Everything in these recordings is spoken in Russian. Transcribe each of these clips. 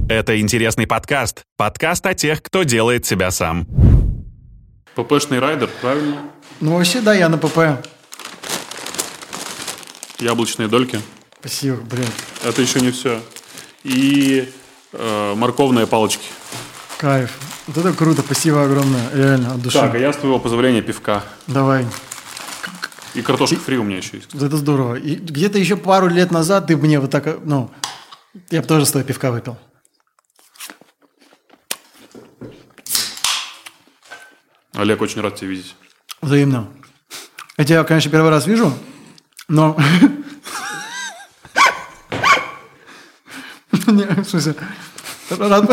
Это интересный подкаст. Подкаст о тех, кто делает себя сам. ППшный райдер, правильно? Ну, вообще, да, я на ПП. Яблочные дольки. Спасибо, блин. Это еще не все. И морковные палочки. Кайф. Вот это круто, спасибо огромное, реально, от души. Так, а я с твоего позволения пивка. Давай. И картошка фри у меня еще есть. Это здорово. И где-то еще пару лет назад ты мне вот так, я бы тоже с тобой пивка выпил. Олег, очень рад тебя видеть. Взаимно. Я тебя, конечно, первый раз вижу, но... В смысле, рад...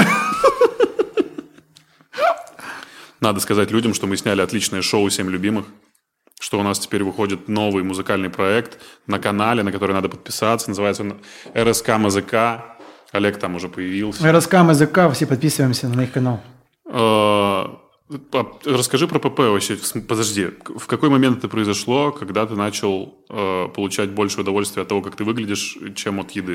Надо сказать людям, что мы сняли отличное шоу «7 любимых», что у нас теперь выходит новый музыкальный проект на канале, на который надо подписаться. Называется он РСК МЗК. Олег там уже появился. РСК МЗК, все подписываемся на их канал. Расскажи про ПП вообще. Подожди, в какой момент это произошло, когда ты начал получать больше удовольствия от того, как ты выглядишь, чем от еды?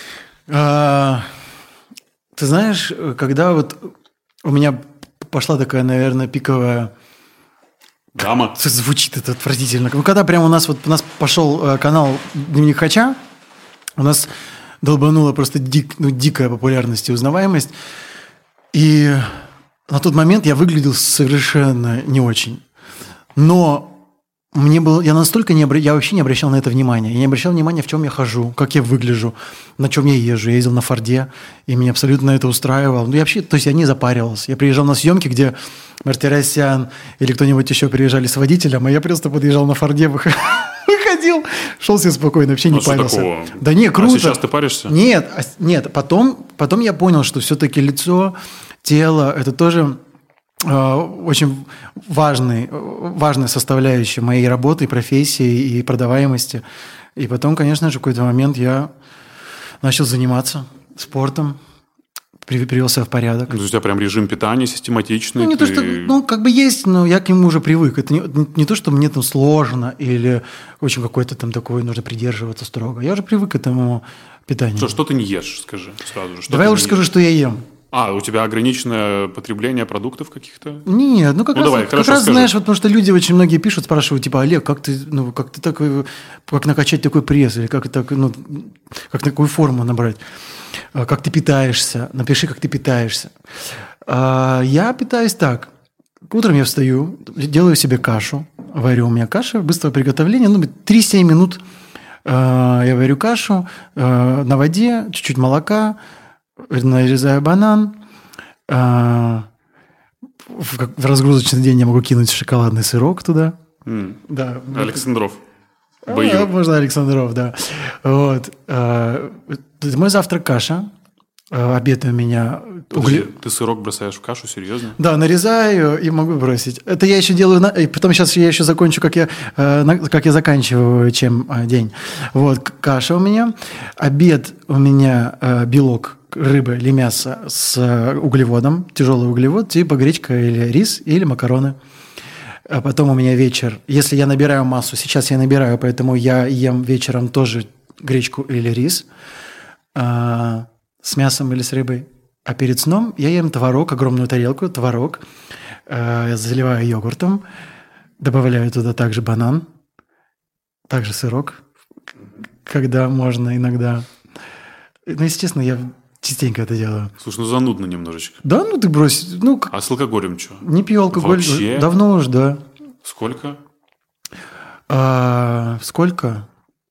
Ты знаешь, когда вот у меня пошла такая, наверное, пиковая... Гамма? Звучит это отвратительно. Ну, когда прямо у нас пошел канал «Дневник Хача», у нас долбанула просто дикая популярность и узнаваемость. И на тот момент я выглядел совершенно не очень. Но я вообще не обращал на это внимания. Я не обращал внимания, в чем я хожу, как я выгляжу, на чем я езжу. Я ездил на Форде, и меня абсолютно это устраивало. Я не запаривался. Я приезжал на съемки, где Мартиросян или кто-нибудь еще приезжали с водителем, а я просто подъезжал на Форде, выходил, шел себе спокойно, вообще не парился. Такого? Да не, круто. А сейчас ты паришься? Нет. Потом я понял, что все-таки лицо, тело – это тоже... очень важная составляющая моей работы, и профессии и продаваемости. И потом, конечно же, в какой-то момент я начал заниматься спортом, привел себя в порядок. То есть у тебя прям режим питания систематичный? Есть, но я к нему уже привык. Это не то, что мне там сложно или очень какой-то там такой нужно придерживаться строго. Я уже привык к этому питанию. Что ты не ешь, скажи сразу же. Давай лучше скажу, что я ем. У тебя ограниченное потребление продуктов каких-то? Нет, давай, как раз знаешь, потому что люди очень многие пишут, спрашивают, типа, Олег, как накачать такой пресс, или как такую форму набрать, как ты питаешься, напиши, как ты питаешься. Я питаюсь так. Утром я встаю, делаю себе кашу, варю у меня каша, быстрого приготовления, 3-7 минут я варю кашу на воде, чуть-чуть молока, нарезаю банан. В разгрузочный день я могу кинуть шоколадный сырок туда. Да. Александров. Можно Александров, да. Вот. Мой завтрак каша. Обед у меня... Ты сырок бросаешь в кашу, серьезно? Да, нарезаю и могу бросить. Это я еще делаю... И потом сейчас я еще закончу, как я заканчиваю день. Вот, каша у меня. Обед у меня белок, рыба или мясо с углеводом, тяжелый углевод, типа гречка или рис, или макароны. А потом у меня вечер. Если я набираю массу, сейчас я набираю, поэтому я ем вечером тоже гречку или рис с мясом или с рыбой. А перед сном я ем творог, огромную тарелку, творог, заливаю йогуртом, добавляю туда также банан, также сырок, когда можно иногда. Естественно, я частенько это делаю. Слушай, занудно немножечко. Да, ты брось. А с алкоголем что? Не пью алкоголь. Вообще? Давно уже, да. Сколько? Сколько?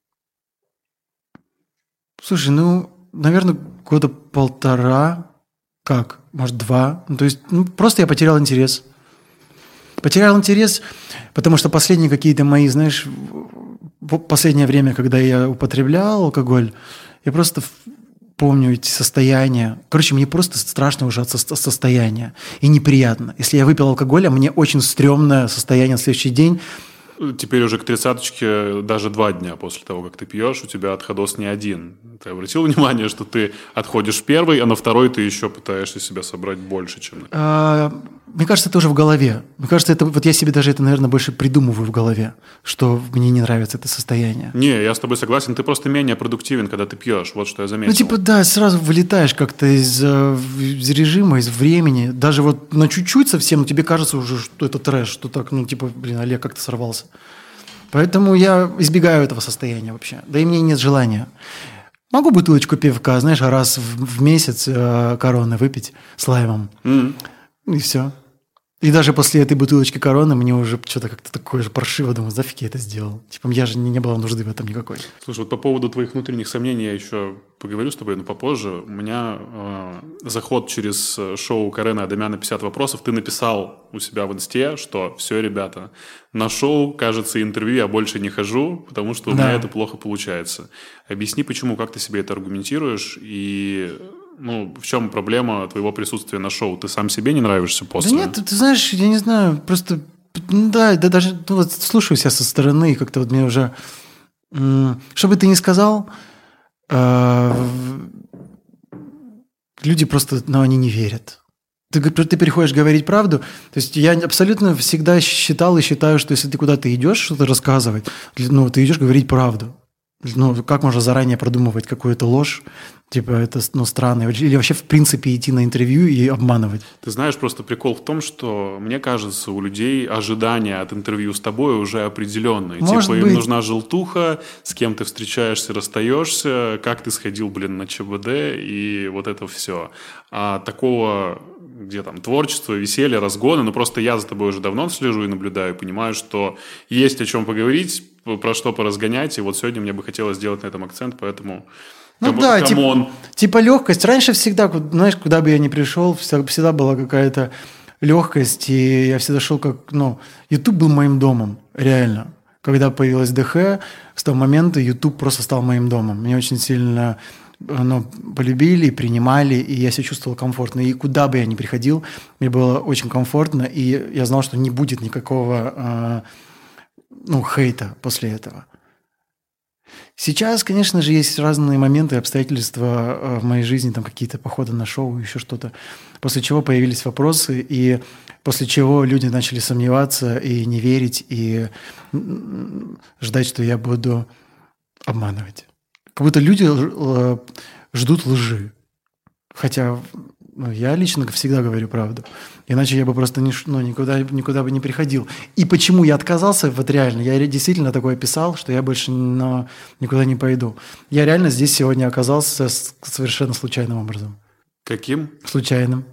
Слушай, наверное, года 1,5. Как? Может, 2. То есть, просто я потерял интерес. Потерял интерес, потому что последние какие-то мои, знаешь, в последнее время, когда я употреблял алкоголь, я просто помню эти состояния. Короче, мне просто страшно уже от состояния. И неприятно. Если я выпил алкоголь, мне очень стрёмное состояние на следующий день. Теперь уже к 30-очке даже 2 дня после того, как ты пьешь, у тебя отходос не один. Ты обратил внимание, что ты отходишь в первый, а на второй ты еще пытаешься себя собрать больше, чем на... Мне кажется, это уже в голове. Мне кажется, это вот я себе даже это, наверное, больше придумываю в голове, что мне не нравится это состояние. Не, я с тобой согласен, ты просто менее продуктивен, когда ты пьешь. Вот что я заметил. Ну, типа, да, сразу вылетаешь как-то из режима, из времени. Даже вот на чуть-чуть совсем, но тебе кажется уже, что это трэш, что так, ну, типа, блин, Олег как-то сорвался. Поэтому я избегаю этого состояния вообще. Да и мне нет желания. Могу бутылочку пивка, знаешь, раз в месяц Короны выпить с лаймом. И все. И даже после этой бутылочки Короны мне уже что-то как-то такое же паршиво, думаю, зафиг я это сделал. Типа, я же не было нужды в этом никакой. Слушай, вот по поводу твоих внутренних сомнений я еще поговорю с тобой, но попозже. У меня заход через шоу Карена Адамяна «50 вопросов». Ты написал у себя в инсте, что все, ребята, на шоу, кажется, интервью я больше не хожу, потому что у меня это плохо получается. Объясни, почему, как ты себе это аргументируешь и... Ну, в чем проблема твоего присутствия на шоу? Ты сам себе не нравишься после? Да нет, ты знаешь, я не знаю, просто, да даже ну, вот слушаю себя со стороны, и как-то вот мне уже, что бы ты ни сказал, люди просто, ну, они не верят. Ты переходишь говорить правду. То есть я абсолютно всегда считал и считаю, что если ты куда-то идешь что-то рассказывать, ну, ты идешь говорить правду. Ну, как можно заранее продумывать какую-то ложь? Типа, это, ну, странно. Или вообще, в принципе, идти на интервью и обманывать. Ты знаешь, просто прикол в том, что, мне кажется, у людей ожидания от интервью с тобой уже определенные. Может типа, быть. им нужна желтуха, с кем ты встречаешься, расстаешься, как ты сходил, блин, на ЧБД, и вот это все. А такого, где там творчество, веселье, разгоны, ну, просто я за тобой уже давно слежу и наблюдаю, понимаю, что есть о чем поговорить, про что поразгонять, и вот сегодня мне бы хотелось сделать на этом акцент, поэтому... Ну да, типа легкость. Раньше всегда, знаешь, куда бы я ни пришел, всегда была какая-то легкость, и я всегда шел как, ну, YouTube был моим домом, реально. Когда появилась ДХ, с того момента YouTube просто стал моим домом. Меня очень сильно, ну, полюбили, принимали, и я себя чувствовал комфортно. И куда бы я ни приходил, мне было очень комфортно, и я знал, что не будет никакого, ну, хейта после этого. Сейчас, конечно же, есть разные моменты, обстоятельства в моей жизни, там какие-то походы на шоу, еще что-то, после чего появились вопросы, и после чего люди начали сомневаться и не верить, и ждать, что я буду обманывать. Как будто люди ждут лжи. Хотя, ну, я лично всегда говорю правду. Иначе я бы просто никуда бы не приходил. И почему я отказался, вот реально, я действительно такое писал, что я больше никуда не пойду. Я реально здесь сегодня оказался совершенно случайным образом. Каким? Случайным.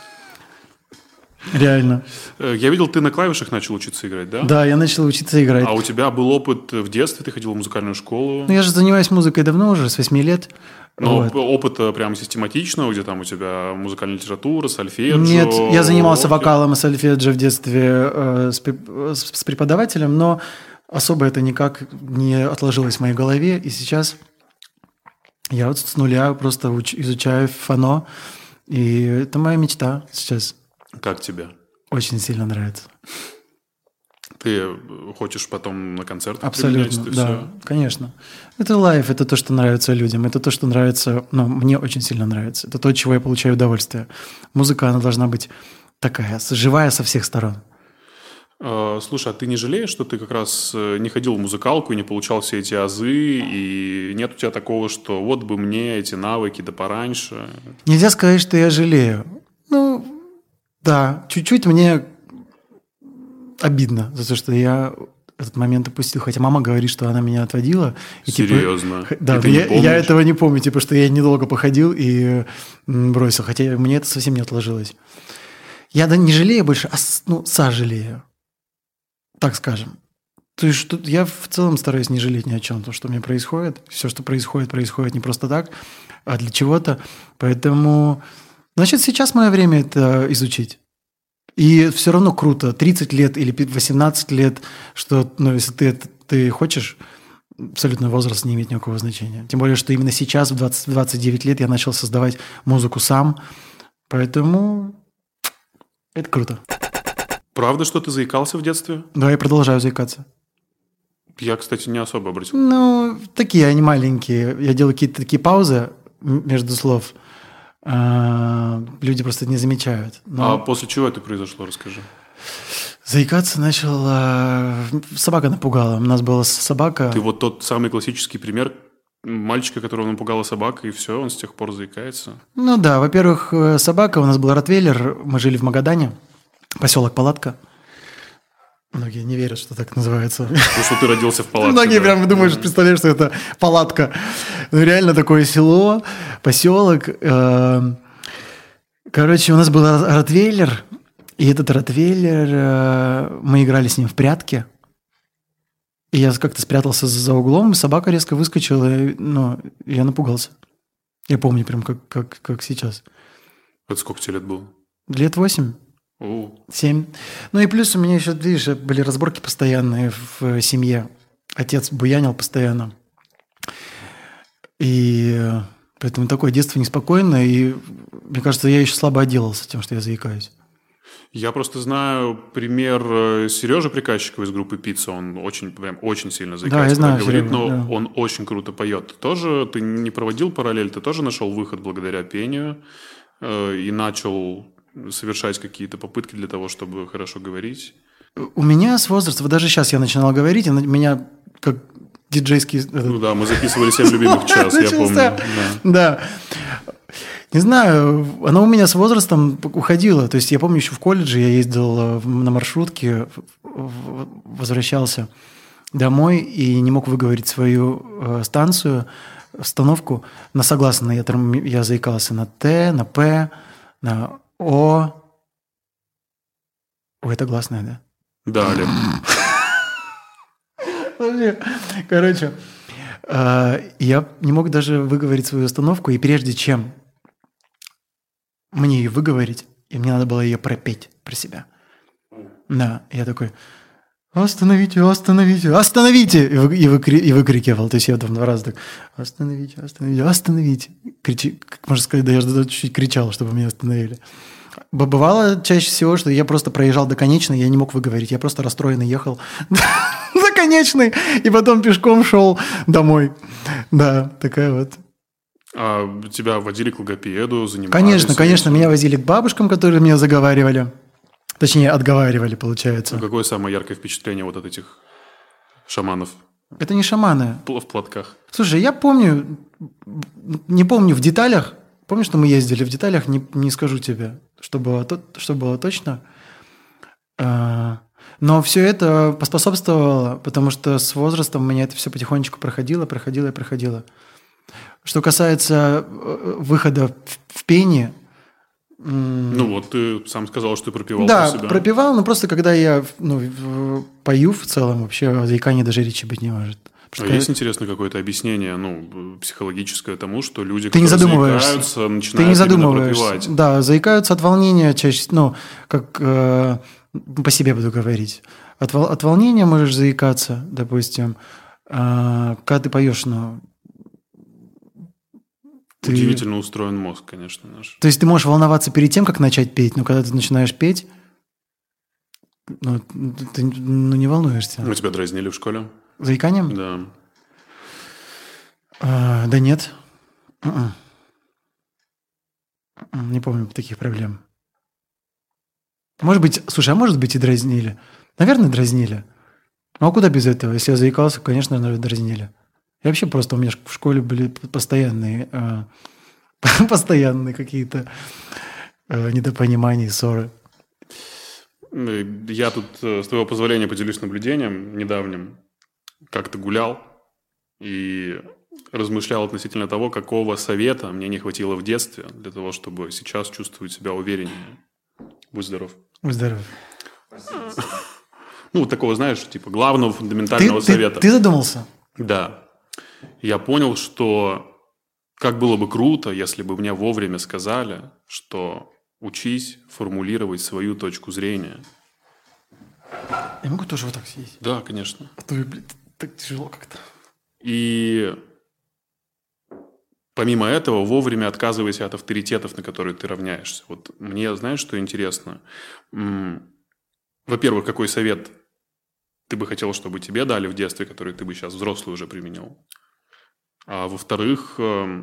Реально. Я видел, ты на клавишах начал учиться играть, да? Да, я начал учиться играть. А у тебя был опыт в детстве? Ты ходил в музыкальную школу? Ну, я же занимаюсь музыкой давно уже, с 8 лет. Но вот. Опыта прям систематичного, где там у тебя музыкальная литература, сольфеджио? Нет, я занимался вокалом и сольфеджио в детстве с преподавателем, но особо это никак не отложилось в моей голове. И сейчас я вот с нуля просто изучаю фано. И это моя мечта сейчас. Как тебе? Очень сильно нравится. Ты хочешь потом на концерт? Абсолютно, да, все? Конечно. Это лайв, это то, что нравится людям, это то, что нравится, ну, мне очень сильно нравится. Это то, от чего я получаю удовольствие. Музыка, она должна быть такая, живая со всех сторон. Слушай, а ты не жалеешь, что ты как раз не ходил в музыкалку и не получал все эти азы, и нет у тебя такого, что вот бы мне эти навыки да пораньше? Нельзя сказать, что я жалею. Ну, да, чуть-чуть мне обидно за то, что я этот момент упустил. Хотя мама говорит, что она меня отводила. И, серьезно? Типа, да, я этого не помню, типа, что я недолго походил и бросил. Хотя мне это совсем не отложилось. Я не жалею больше, а сожалею. Так скажем. То есть что я в целом стараюсь не жалеть ни о чем, то, что у меня происходит. Все, что происходит не просто так, а для чего-то. Поэтому, значит, сейчас мое время это изучить. И все равно круто, 30 лет или 18 лет, что, ну, если ты хочешь, абсолютно возраст не имеет никакого значения. Тем более, что именно сейчас, в 29 лет, я начал создавать музыку сам. Поэтому это круто. Правда, что ты заикался в детстве? Да, я продолжаю заикаться. Я, кстати, не особо обратил. Ну, такие они маленькие. Я делаю какие-то такие паузы между слов. Люди просто не замечают. А после чего это произошло, расскажи. Заикаться начал... собака напугала. У нас была собака... Ты вот тот самый классический пример мальчика, которого напугала собака, и все, он с тех пор заикается. Ну да, во-первых, собака, у нас был ротвейлер, мы жили в Магадане, поселок Палатка. Многие не верят, что так называется. Потому что ты родился в палатке. Многие да. прям думают, что представляешь, что это палатка. Ну реально такое село, поселок. Короче, у нас был ротвейлер, и этот ротвейлер, мы играли с ним в прятки. И я как-то спрятался за углом, собака резко выскочила, и я напугался. Я помню прям как сейчас. Это сколько тебе лет было? Лет 8. 7. Ну и плюс у меня еще, видишь, были разборки постоянные в семье. Отец буянил постоянно. И поэтому такое детство неспокойное. И мне кажется, я еще слабо отделался тем, что я заикаюсь. Я просто знаю пример Сережи Приказчикова из группы «Пицца». Он очень сильно заикается, да, я знаю, говорит, Серега, но да. он очень круто поет. Ты не проводил параллель, ты тоже нашел выход благодаря пению и начал совершать какие-то попытки для того, чтобы хорошо говорить? У меня с возраста, вот даже сейчас я начинал говорить, и меня как диджейский... Ну да, мы записывали 7 любимых час, я помню. Да. Не знаю, оно у меня с возрастом уходило. То есть я помню, еще в колледже я ездил на маршрутке, возвращался домой и не мог выговорить свою остановку на согласные. Я заикался на «т», на «п», на «о». О, это гласное, да? Да, Олег. Короче, я не мог даже выговорить свою остановку, и прежде чем мне ее выговорить, и мне надо было ее пропеть про себя. Да, я такой: «Остановите, остановите, остановите!» И выкрикивал. То есть я там 2 раза так: «Остановите, остановите, остановите!» Как можно сказать, да я же чуть-чуть кричал, чтобы меня остановили. Бывало чаще всего, что я просто проезжал до конечной, я не мог выговорить. Я просто расстроенный ехал до конечной, и потом пешком шел домой. Да, такая вот. А тебя водили к логопеду, занимались? Конечно, меня возили к бабушкам, которые меня заговаривали. Точнее, отговаривали, получается. А какое самое яркое впечатление вот от этих шаманов? Это не шаманы. В платках. Слушай, я помню, не помню в деталях. Помню, что мы ездили в деталях, не скажу тебе, что было точно. Но все это поспособствовало, потому что с возрастом у меня это все потихонечку проходило. Что касается выхода в пение... Ну вот, ты сам сказал, что ты пропевал да, про себя. Да, пропевал, но просто когда я пою в целом, вообще о заикании даже речи быть не может. Есть интересно какое-то объяснение, психологическое тому, что люди, ты которые не заикаются, начинают именно пропевать. Да, заикаются от волнения чаще, как по себе буду говорить. От волнения можешь заикаться, допустим, когда ты поешь, Удивительно устроен мозг, конечно, наш. То есть ты можешь волноваться перед тем, как начать петь, но когда ты начинаешь петь, ты не волнуешься. Мы тебя дразнили в школе? Заиканием? Да. Да нет. Не помню таких проблем. Может быть, слушай, а может быть и дразнили? Наверное, дразнили. Ну а куда без этого? Если я заикался, конечно, наверное, дразнили. И вообще просто у меня в школе были постоянные какие-то недопонимания, ссоры. Я тут, с твоего позволения, поделюсь наблюдением недавним. Как-то гулял и размышлял относительно того, какого совета мне не хватило в детстве для того, чтобы сейчас чувствовать себя увереннее. Будь здоров. Будь здоров. Такого, знаешь, типа главного фундаментального совета. Ты задумался? Да. Я понял, что как было бы круто, если бы мне вовремя сказали, что учись формулировать свою точку зрения. Я могу тоже вот так сидеть? Да, конечно. А то, так тяжело как-то. И помимо этого, вовремя отказывайся от авторитетов, на которые ты равняешься. Вот мне, знаешь, что интересно? Во-первых, какой совет ты бы хотел, чтобы тебе дали в детстве, которые ты бы сейчас взрослый уже применил? А во-вторых,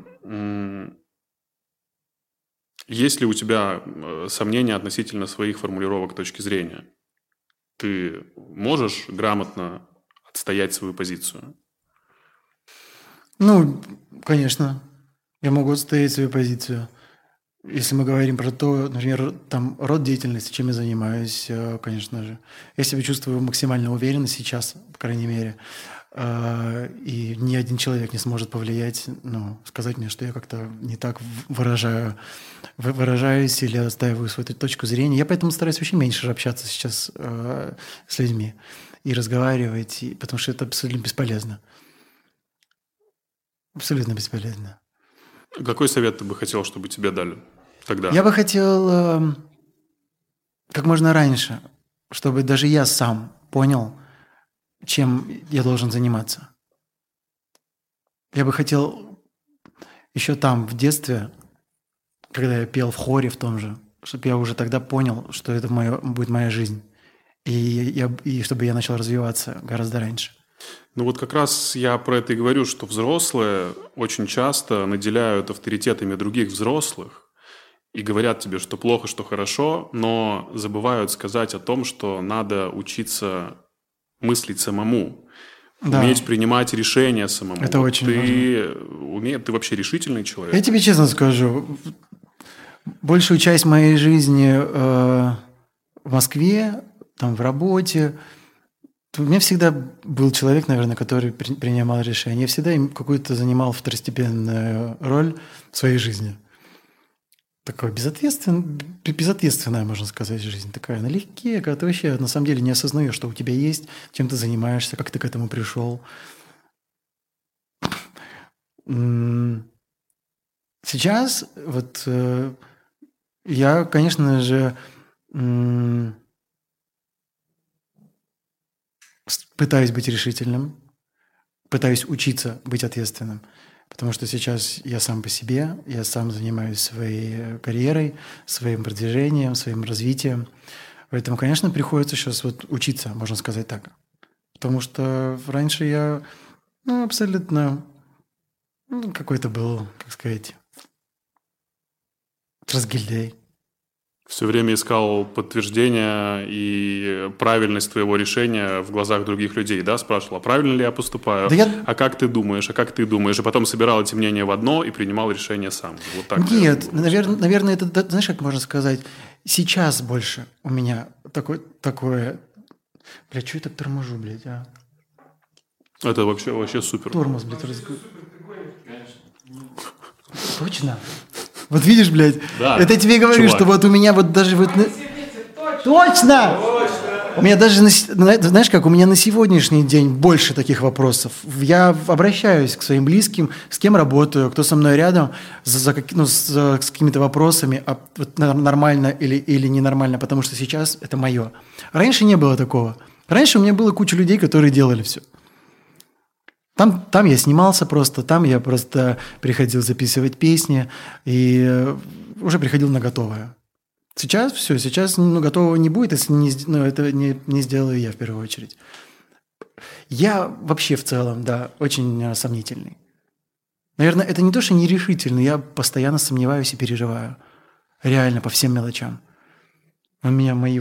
есть ли у тебя сомнения относительно своих формулировок точки зрения? Ты можешь грамотно отстоять свою позицию? Ну, конечно, я могу отстоять свою позицию. Если мы говорим про то, например, там род деятельности, чем я занимаюсь, конечно же. Я себя чувствую максимально уверенно сейчас, по крайней мере. И ни один человек не сможет повлиять, ну, сказать мне, что я как-то не так выражаюсь или отстаиваю свою точку зрения. Я поэтому стараюсь вообще меньше общаться сейчас с людьми и разговаривать, потому что это абсолютно бесполезно. Абсолютно бесполезно. Какой совет ты бы хотел, чтобы тебе дали тогда? Я бы хотел как можно раньше, чтобы даже я сам понял, чем я должен заниматься. Я бы хотел еще там, в детстве, когда я пел в хоре в том же, чтобы я уже тогда понял, что это будет моя жизнь. И чтобы я начал развиваться гораздо раньше. Ну вот как раз я про это и говорю, что взрослые очень часто наделяют авторитетами других взрослых и говорят тебе, что плохо, что хорошо, но забывают сказать о том, что надо учиться мыслить самому, Да. уметь принимать решения самому. Это очень важно. Ты вообще решительный человек? Я тебе честно скажу, большую часть моей жизни в Москве, там в работе, у меня всегда был человек, наверное, который принимал решения. Я всегда им какую-то занимал второстепенную роль в своей жизни. Такая безответственная, можно сказать, жизнь. Такая налегке, когда ты вообще на самом деле не осознаешь, что у тебя есть, чем ты занимаешься, как ты к этому пришел. Сейчас вот я, конечно же, пытаюсь быть решительным, пытаюсь учиться быть ответственным, потому что сейчас я сам по себе, я сам занимаюсь своей карьерой, своим продвижением, своим развитием. Поэтому, конечно, приходится сейчас вот учиться, можно сказать так. Потому что раньше я абсолютно какой-то был, как сказать, разгильдяй. Все время искал подтверждение и правильность твоего решения в глазах других людей, да? Спрашивал, а правильно ли я поступаю? А как ты думаешь? И потом собирал эти мнения в одно и принимал решение сам. Вот так. Нет, наверное, это, знаешь, как можно сказать, сейчас больше у меня такое... Блядь, что я так торможу, блядь, а? Это вообще супер. Тормоз, блядь, Точно? Вот видишь, блядь, Да, это я тебе говорю, чувак. что вот у меня вот даже вот... Точно! У меня даже, знаешь как, у меня на сегодняшний день больше таких вопросов. Я обращаюсь к своим близким, с кем работаю, кто со мной рядом, с какими-то вопросами, вот нормально или ненормально, потому что сейчас это мое. Раньше не было такого. Раньше у меня было куча людей, которые делали все. Там я снимался просто, там я просто приходил записывать песни и уже приходил на готовое. Сейчас все, сейчас готового не будет, если это не сделаю я в первую очередь. Я вообще в целом, да, очень сомнительный. Наверное, это не то, что нерешительный, я постоянно сомневаюсь и переживаю. Реально, по всем мелочам. У меня мои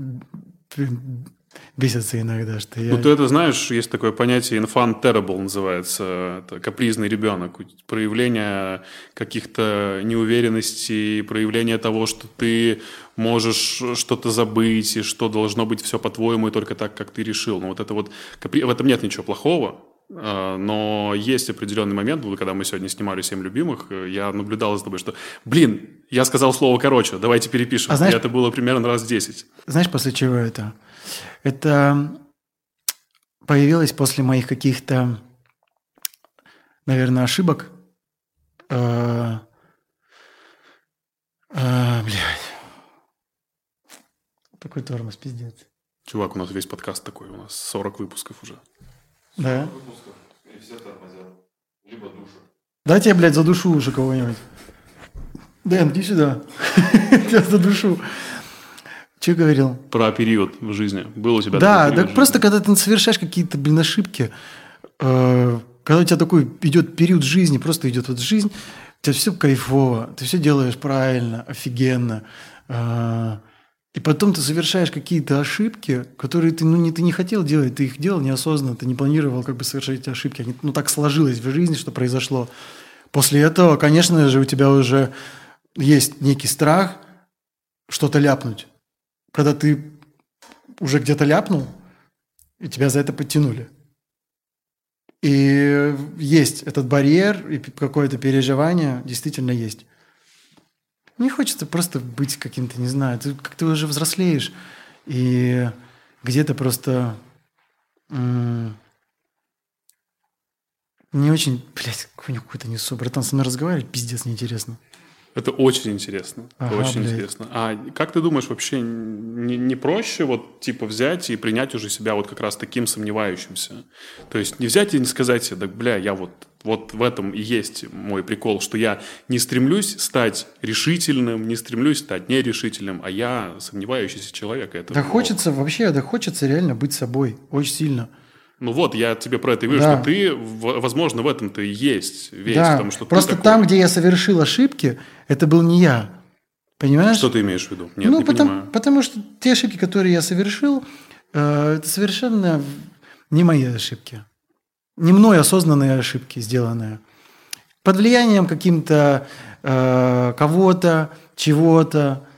бесятся иногда, что я... Ну, ты это знаешь, есть такое понятие infant terrible называется, это капризный ребенок, проявление каких-то неуверенностей, проявление того, что ты можешь что-то забыть, и что должно быть все по-твоему и только так, как ты решил. Ну, вот это вот, в этом нет ничего плохого, но есть определенный момент, когда мы сегодня снимали «7 любимых», я наблюдал за тобой, что, я сказал слово «короче», давайте перепишем. А знаешь, и это было примерно раз 10. Знаешь, после чего это? Это появилось после моих каких-то, наверное, ошибок. Блядь. Такой тормоз, пиздец. Чувак, у нас весь подкаст такой, у нас 40 выпусков уже. Да? Выпусков, и все тормозят. Либо душат. Дайте я, блядь, задушу уже кого-нибудь. Дэн, иди сюда. Я задушу. Что я говорил? Про период в жизни. Был у тебя Да, такой период так просто когда ты совершаешь какие-то, ошибки, когда у тебя такой идет период жизни, просто идет вот жизнь, у тебя все кайфово, ты все делаешь правильно, офигенно. И потом ты совершаешь какие-то ошибки, которые ты не хотел делать, ты их делал неосознанно, ты не планировал совершать эти ошибки. Они, так сложилось в жизни, что произошло. После этого, конечно же, у тебя уже есть некий страх что-то ляпнуть. Когда ты уже где-то ляпнул, и тебя за это подтянули. И есть этот барьер, и какое-то переживание действительно есть. Мне хочется просто быть каким-то, не знаю, как ты уже взрослеешь, и где-то просто не очень, какой-то несу, братан, со мной разговаривать, пиздец, неинтересно. Это очень интересно. Ага, очень блядь. интересно. А как ты думаешь, вообще не проще взять и принять уже себя как раз таким сомневающимся? То есть не взять и не сказать себе, да, я вот в этом и есть мой прикол, что я не стремлюсь стать решительным, не стремлюсь стать нерешительным, а я сомневающийся человек. Хочется реально быть собой, очень сильно. Я тебе про это и говорю, Да. что ты, возможно, в этом-то и есть весь. Да, Потому что просто ты такой. там, где я совершил ошибки, это был не я. Понимаешь? Что ты имеешь в виду? Нет, не понимаю. Потому что те ошибки, которые я совершил, это совершенно не мои ошибки. Не мной осознанные ошибки, сделанные. Под влиянием каким-то кого-то, чего-то.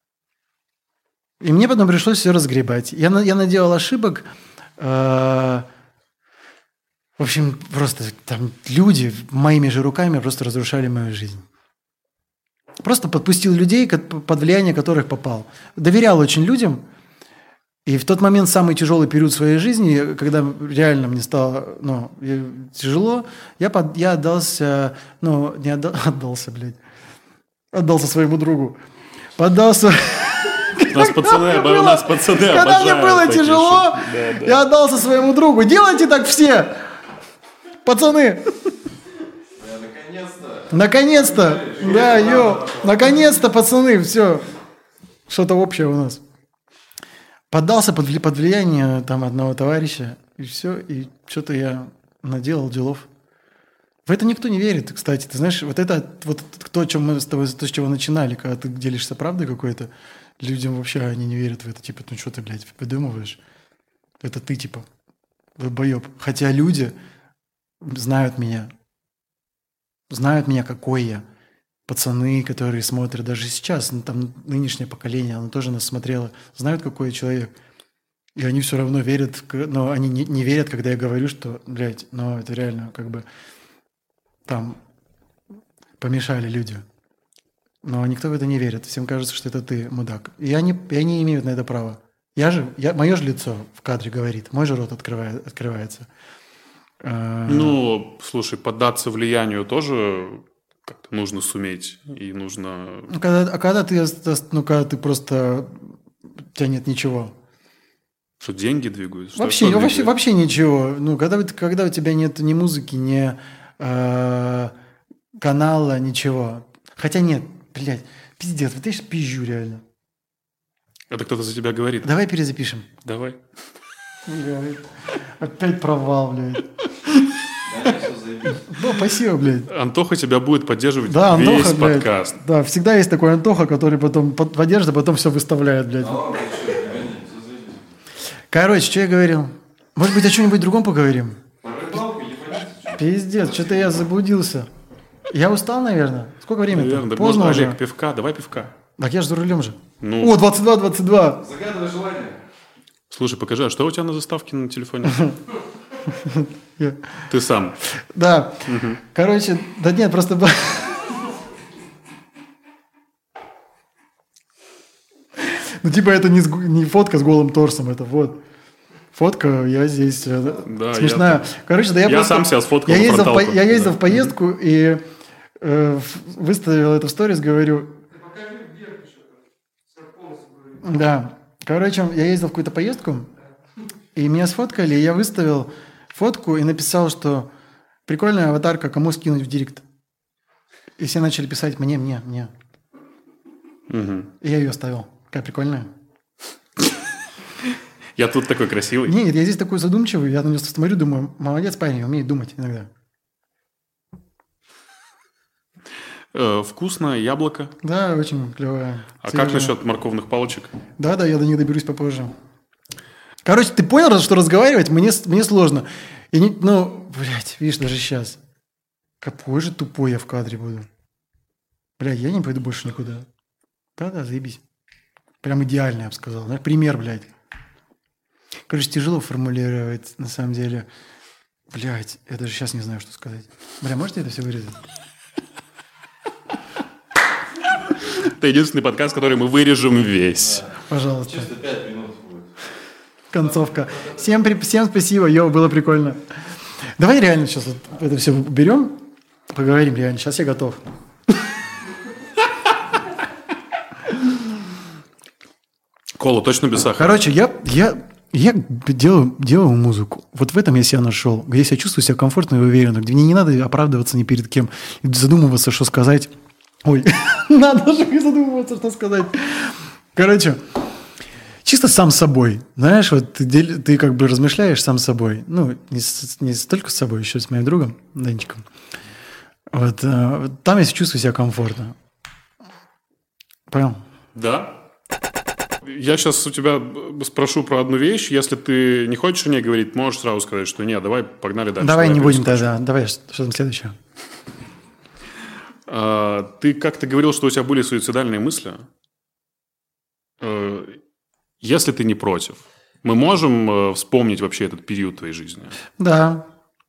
И мне потом пришлось все разгребать. Я наделал ошибок. В общем, просто там люди моими же руками просто разрушали мою жизнь. Просто подпустил людей, под влияние которых попал. Доверял очень людям. И в тот момент, самый тяжелый период своей жизни, когда реально мне стало тяжело, я отдался, отдался своему другу. Поддался... У нас пацаны Когда мне было такие тяжело, шутки. Да. я отдался своему другу. Делайте так все, пацаны. Наконец-то. Да, наконец-то, пацаны, все. Что-то общее у нас. Поддался под влияние одного товарища, и все, и что-то я наделал делов. В это никто не верит, кстати. Ты знаешь, то, о чем мы с тобой, то, с чего начинали, когда ты делишься правдой какой-то, людям вообще они не верят в это. Типа, что ты, блядь, придумываешь? Это ты, типа, долбоеб. Хотя люди знают меня, какой я. Пацаны, которые смотрят даже сейчас, нынешнее поколение, оно тоже нас смотрело, знают, какой я человек. И они все равно верят, но они не верят, когда я говорю, что, блядь, это реально там помешали люди. Но никто в это не верит. Всем кажется, что это ты, мудак. И они имеют на это право. Мое же лицо в кадре говорит, мой же рот открывается. Слушай, поддаться влиянию тоже как-то нужно суметь. И нужно... Когда ты просто... У тебя нет ничего. Что, деньги двигают? Вообще ничего. Когда у тебя нет ни музыки, ни канала, ничего. Хотя нет, блядь, пиздец, я сейчас пизжу реально. Это кто-то за тебя говорит. Давай перезапишем. Давай. Блядь, опять провал, блядь. Спасибо, блядь. Антоха тебя будет поддерживать Антоха, весь блядь, подкаст. Да, всегда есть такой Антоха, который потом поддержит, а потом все выставляет, блядь. Короче, что я говорил? Может быть, о чем-нибудь другом поговорим? Пиздец, что-то я заблудился. Я устал, наверное. Сколько времени? Наверное, Поздно можно, уже. Олег, пивка, давай пивка. Так я же за рулем же. Ну. О, 22. Загадывай желание. Слушай, покажи, а что у тебя на заставке на телефоне? Ты сам. Да. Короче, да нет, просто... это не фотка с голым торсом, это вот. Фотка, я здесь смешная. Короче, да я сам себя сфоткал на фронталку. Я ездил в поездку и выставил это в сторис, говорю... Да. Короче, я ездил в какую-то поездку, и меня сфоткали, и я выставил фотку и написал, что прикольная аватарка, кому скинуть в директ. И все начали писать мне. Угу. И я ее оставил. Какая прикольная. Я тут такой красивый. Нет, я здесь такой задумчивый, я на него смотрю, думаю, молодец парень, умеет думать иногда. Вкусно, яблоко. Да, очень клевое. А как насчет морковных палочек? Да, я до них доберусь попозже. Короче, ты понял, что разговаривать мне сложно. Блядь, видишь, даже сейчас. Какой же тупой я в кадре буду. Блядь, я не пойду больше никуда. Да, заебись. Прям идеально, я бы сказал. Пример, блядь. Короче, тяжело формулировать, на самом деле. Блядь, я даже сейчас не знаю, что сказать. Бля, можете это все вырезать? Это единственный подкаст, который мы вырежем весь. Пожалуйста. Чисто 5 минут будет. Концовка. Всем спасибо, было прикольно. Давай реально сейчас вот это все уберем, поговорим реально. Сейчас я готов. Кола точно без сахара. Короче, я делаю музыку. Вот в этом я себя нашел. Где я чувствую себя комфортно и уверенно. Где мне не надо оправдываться ни перед кем. И задумываться, что сказать. Ой, надо же задумываться, что сказать. Короче, чисто сам с собой. Знаешь, вот ты как бы размышляешь сам с собой. Ну, не столько с собой, еще с моим другом, Данчиком. Вот там я чувствую себя комфортно. Понял? Да. Я сейчас у тебя спрошу про одну вещь. Если ты не хочешь о ней говорить, можешь сразу сказать, что нет, давай, погнали дальше. Давай не будем тогда. Давай, что там следующее? Ты как-то говорил, что у тебя были суицидальные мысли. Если ты не против, мы можем вспомнить вообще этот период твоей жизни? Да.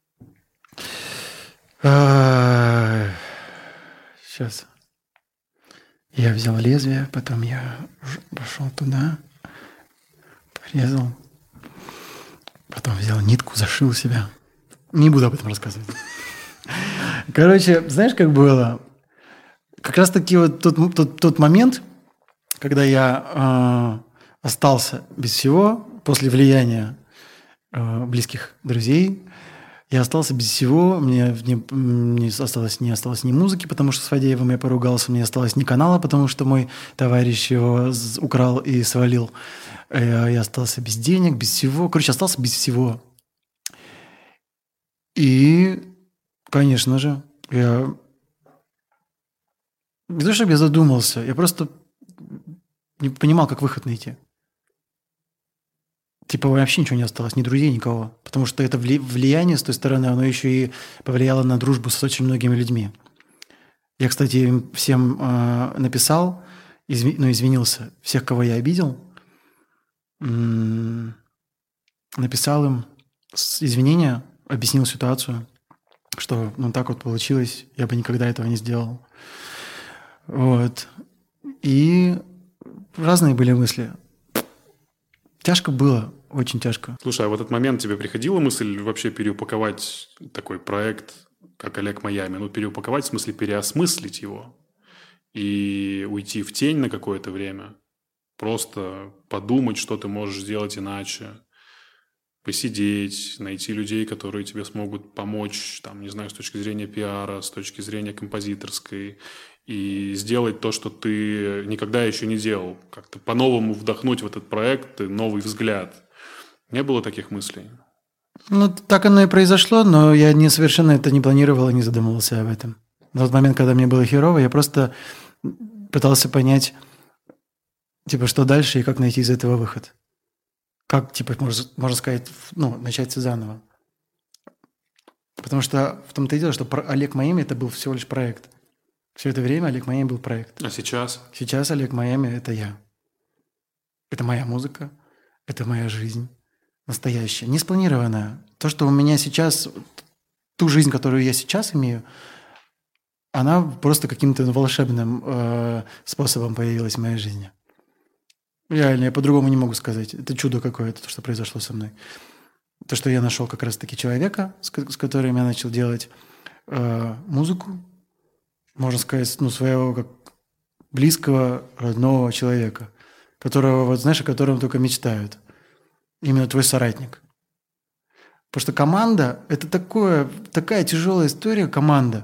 Сейчас. Я взял лезвие, потом я пошел туда, порезал, потом взял нитку, зашил себя. Не буду об этом рассказывать. Короче, знаешь, как было? Как раз-таки вот тот момент, когда я остался без всего, после влияния близких друзей, я остался без всего, мне не осталось ни музыки, потому что с Фадеевым я поругался, мне не осталось ни канала, потому что мой товарищ его украл и свалил. Я остался без денег, без всего. Короче, остался без всего. И, конечно же, я... Не то, чтобы я задумался, я просто не понимал, как выход найти. Типа вообще ничего не осталось, ни друзей, никого. Потому что это влияние с той стороны, оно еще и повлияло на дружбу с очень многими людьми. Я, кстати, им всем написал, извинился. Всех, кого я обидел, написал им извинения, объяснил ситуацию, что так вот получилось, я бы никогда этого не сделал. Вот. И разные были мысли. Тяжко было, очень тяжко. Слушай, а в этот момент тебе приходила мысль вообще переупаковать такой проект, как Олег Майами? Переупаковать, в смысле переосмыслить его и уйти в тень на какое-то время? Просто подумать, что ты можешь сделать иначе, посидеть, найти людей, которые тебе смогут помочь, не знаю, с точки зрения пиара, с точки зрения композиторской, и сделать то, что ты никогда еще не делал. Как-то по-новому вдохнуть в этот проект новый взгляд. Не было таких мыслей? Так оно и произошло, но я совершенно это не планировал и не задумывался об этом. В тот момент, когда мне было херово, я просто пытался понять, что дальше и как найти из этого выход. Как, можно сказать, начать все заново. Потому что в том-то и дело, что Олег Майами – это был всего лишь проект. Все это время Олег Майами был проект. А сейчас? Сейчас Олег Майами – это я. Это моя музыка, это моя жизнь настоящая, не спланированная. То, что у меня сейчас, ту жизнь, которую я сейчас имею, она просто каким-то волшебным способом появилась в моей жизни. Реально, я по-другому не могу сказать. Это чудо какое-то, то, что произошло со мной. То, что я нашел как раз-таки человека, с которым я начал делать музыку, можно сказать, своего как близкого, родного человека, которого, о котором только мечтают. Именно твой соратник. Потому что команда – это такая тяжелая история, команда.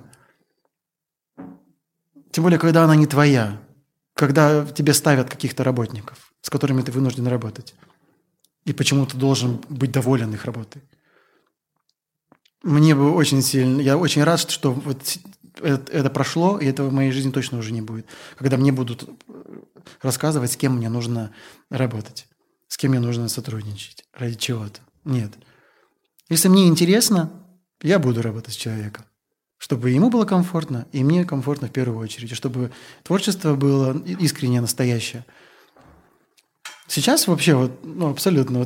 Тем более, когда она не твоя. Когда тебе ставят каких-то работников, с которыми ты вынужден работать. и почему ты должен быть доволен их работой. Мне бы очень сильно... Я очень рад, что вот это прошло, и этого в моей жизни точно уже не будет. Когда мне будут рассказывать, с кем мне нужно работать, с кем мне нужно сотрудничать, ради чего-то. Нет. Если мне интересно, я буду работать с человеком. Чтобы ему было комфортно, и мне комфортно в первую очередь. И чтобы творчество было искренне, настоящее. Сейчас вообще абсолютно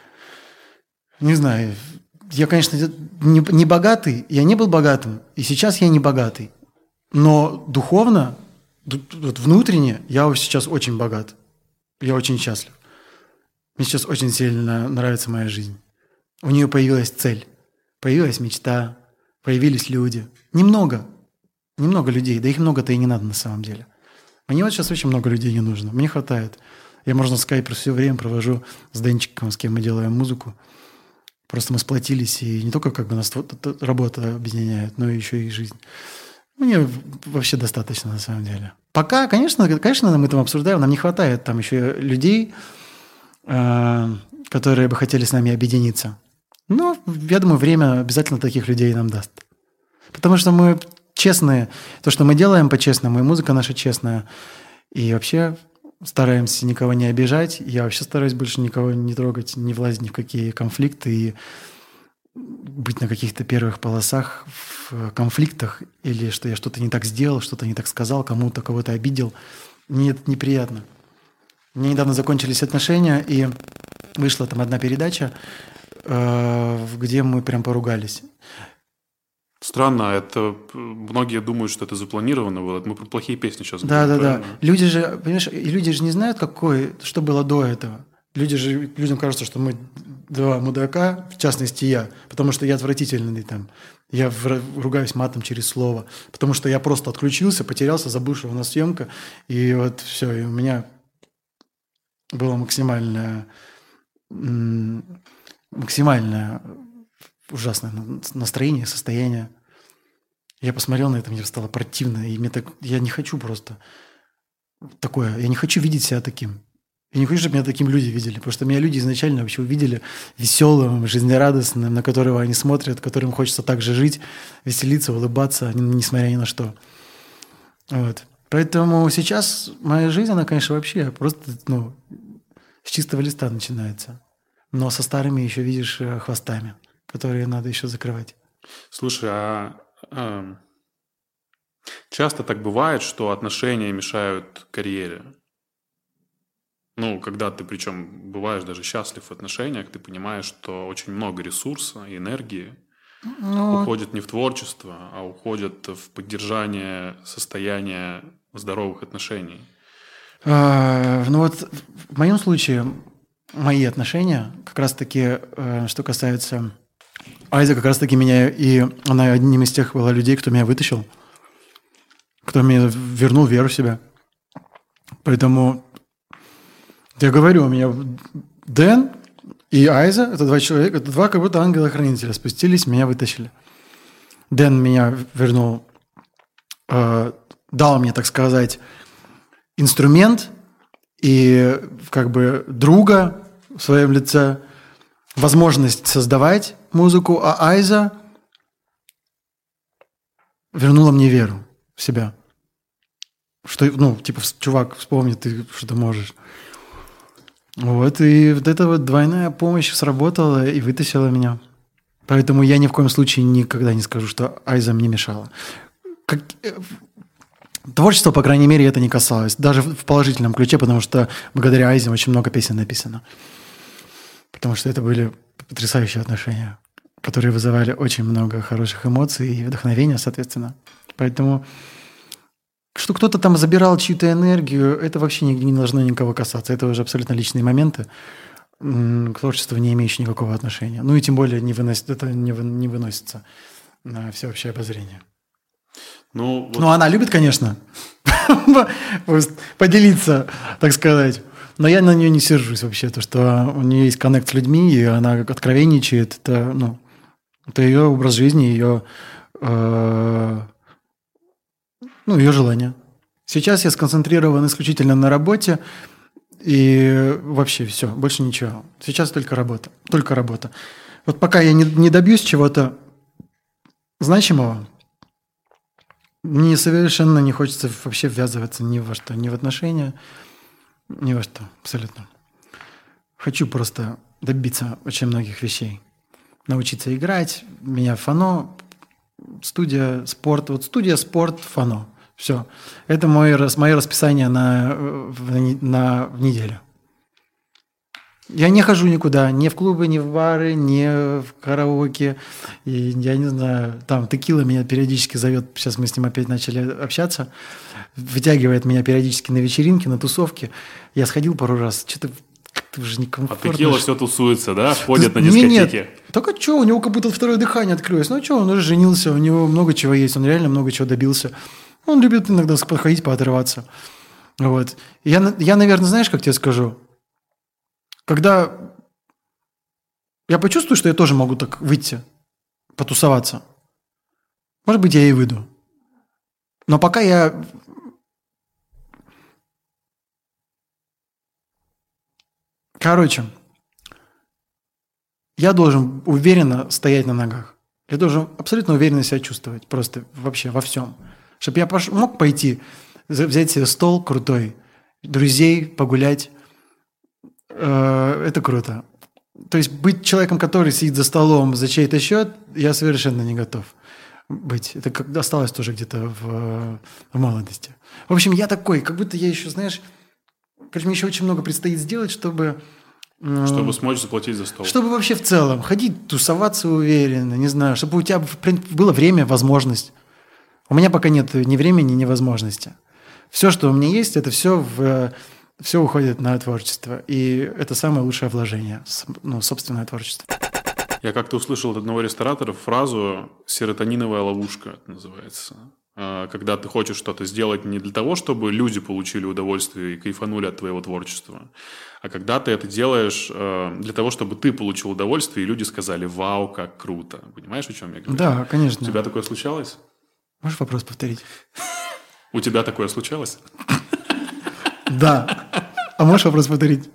не знаю... Я, конечно, не богатый, я не был богатым, и сейчас я не богатый. Но духовно, внутренне, я сейчас очень богат. Я очень счастлив. Мне сейчас очень сильно нравится моя жизнь. У нее появилась цель, появилась мечта, появились люди. Немного людей, да их много-то и не надо на самом деле. Мне вот сейчас очень много людей не нужно, мне хватает. Я, можно сказать, все время провожу с Денчиком, с кем мы делаем музыку. Просто мы сплотились, и не только как бы нас работа объединяет, но еще и жизнь. Мне вообще достаточно, на самом деле. Пока, конечно, мы там обсуждаем, нам не хватает там еще людей, которые бы хотели с нами объединиться. Но, я думаю, время обязательно таких людей нам даст. Потому что мы честные, то, что мы делаем по-честному, и музыка наша честная, и вообще... Стараемся никого не обижать. Я вообще стараюсь больше никого не трогать, не влазить ни в какие конфликты и быть на каких-то первых полосах в конфликтах или что я что-то не так сделал, что-то не так сказал, кого-то обидел. Мне это неприятно. Мне недавно закончились отношения, и вышла там одна передача, где мы прям поругались. Странно, это многие думают, что это запланировано было. Мы про плохие песни сейчас говорим. Да. Люди же, понимаешь, люди же не знают, что было до этого. Людям кажется, что мы два мудака, в частности я, потому что я отвратительный там. Я ругаюсь матом через слово, потому что я просто отключился, потерялся, забыл, что у нас съемка, и вот все, и у меня было максимальное ужасное настроение, состояние. Я посмотрел на это, мне стало противно, и я не хочу просто такое, я не хочу видеть себя таким. Я не хочу, чтобы меня таким люди видели, потому что меня люди изначально вообще увидели веселым, жизнерадостным, на которого они смотрят, которым хочется так же жить, веселиться, улыбаться, несмотря ни на что. Вот. Поэтому сейчас моя жизнь, она, конечно, вообще просто с чистого листа начинается. Но со старыми еще видишь хвостами, которые надо еще закрывать. Слушай, часто так бывает, что отношения мешают карьере? Когда ты, причем, бываешь даже счастлив в отношениях, ты понимаешь, что очень много ресурса и энергии уходит не в творчество, а уходит в поддержание состояния здоровых отношений. В моем случае мои отношения, как раз-таки, что касается Айза, как раз-таки меня, и она одним из тех была людей, кто меня вытащил, кто мне вернул веру в себя. Поэтому я говорю, у меня Дэн и Айза, это два человека, это два как будто ангела-хранителя, спустились, меня вытащили. Дэн меня вернул, дал мне, так сказать, инструмент и как бы друга в своем лице, возможность создавать музыку, а Айза вернула мне веру в себя. Что, чувак, вспомни, ты что-то можешь. Вот, и вот эта вот двойная помощь сработала и вытащила меня. Поэтому я ни в коем случае никогда не скажу, что Айза мне мешала. Творчество, по крайней мере, это не касалось. Даже в положительном ключе, потому что благодаря Айзе очень много песен написано. Потому что это были потрясающие отношения, которые вызывали очень много хороших эмоций и вдохновения, соответственно. Поэтому, что кто-то там забирал чью-то энергию, это вообще не должно никого касаться. Это уже абсолютно личные моменты, к творчеству не имеющие никакого отношения. И тем более это не выносится на всеобщее обозрение. Она любит, конечно, поделиться, так сказать. Но я на нее не сержусь вообще, то, что у нее есть коннект с людьми, и она откровенничает. Это ее образ жизни, ее желание. Сейчас я сконцентрирован исключительно на работе, И вообще все, больше ничего. Сейчас только работа. Только работа. Вот пока я не добьюсь чего-то значимого, мне совершенно не хочется вообще ввязываться ни во что, ни в отношения, ни во что, абсолютно. Хочу просто добиться очень многих вещей. Научиться играть, меня фано, студия, спорт. Вот студия, спорт, фано. Все. Это мое расписание в неделю. Я не хожу никуда, ни в клубы, ни в бары, ни в караоке. И я не знаю, там Текила меня периодически зовет, сейчас мы с ним опять начали общаться, вытягивает меня периодически на вечеринки, на тусовки. Я сходил пару раз, что-то уже некомфортно. А Текила все тусуется, да? Ходит на дискотеки. Нет. Так а что, у него как будто второе дыхание открылось. Ну что, он уже женился, у него много чего есть, он реально много чего добился. Он любит иногда подходить, поотрываться. Вот. Я, наверное, знаешь, как тебе скажу? Когда я почувствую, что я тоже могу так выйти, потусоваться, может быть, я и выйду. Но пока я... Короче, я должен уверенно стоять на ногах. Я должен абсолютно уверенно себя чувствовать. Просто вообще во всем. Чтобы я мог пойти, взять себе стол крутой, друзей, погулять. Это круто. То есть быть человеком, который сидит за столом за чей-то счет, я совершенно не готов быть. Это как осталось тоже где-то в молодости. В общем, я такой, как будто я еще, знаешь... Короче, мне еще очень много предстоит сделать, чтобы... Чтобы смочь заплатить за стол. Чтобы вообще в целом ходить, тусоваться уверенно, не знаю, чтобы у тебя было время, возможность. У меня пока нет ни времени, ни возможности. Все, что у меня есть, это все уходит на творчество. И это самое лучшее вложение, собственное творчество. Я как-то услышал от одного ресторатора фразу «серотониновая ловушка» это называется. Когда ты хочешь что-то сделать не для того, чтобы люди получили удовольствие и кайфанули от твоего творчества, а когда ты это делаешь для того, чтобы ты получил удовольствие, и люди сказали «Вау, как круто». Понимаешь, о чем я говорю? Да, конечно. У тебя такое случалось? Можешь вопрос повторить? У тебя такое случалось? Да. А можешь вопрос повторить?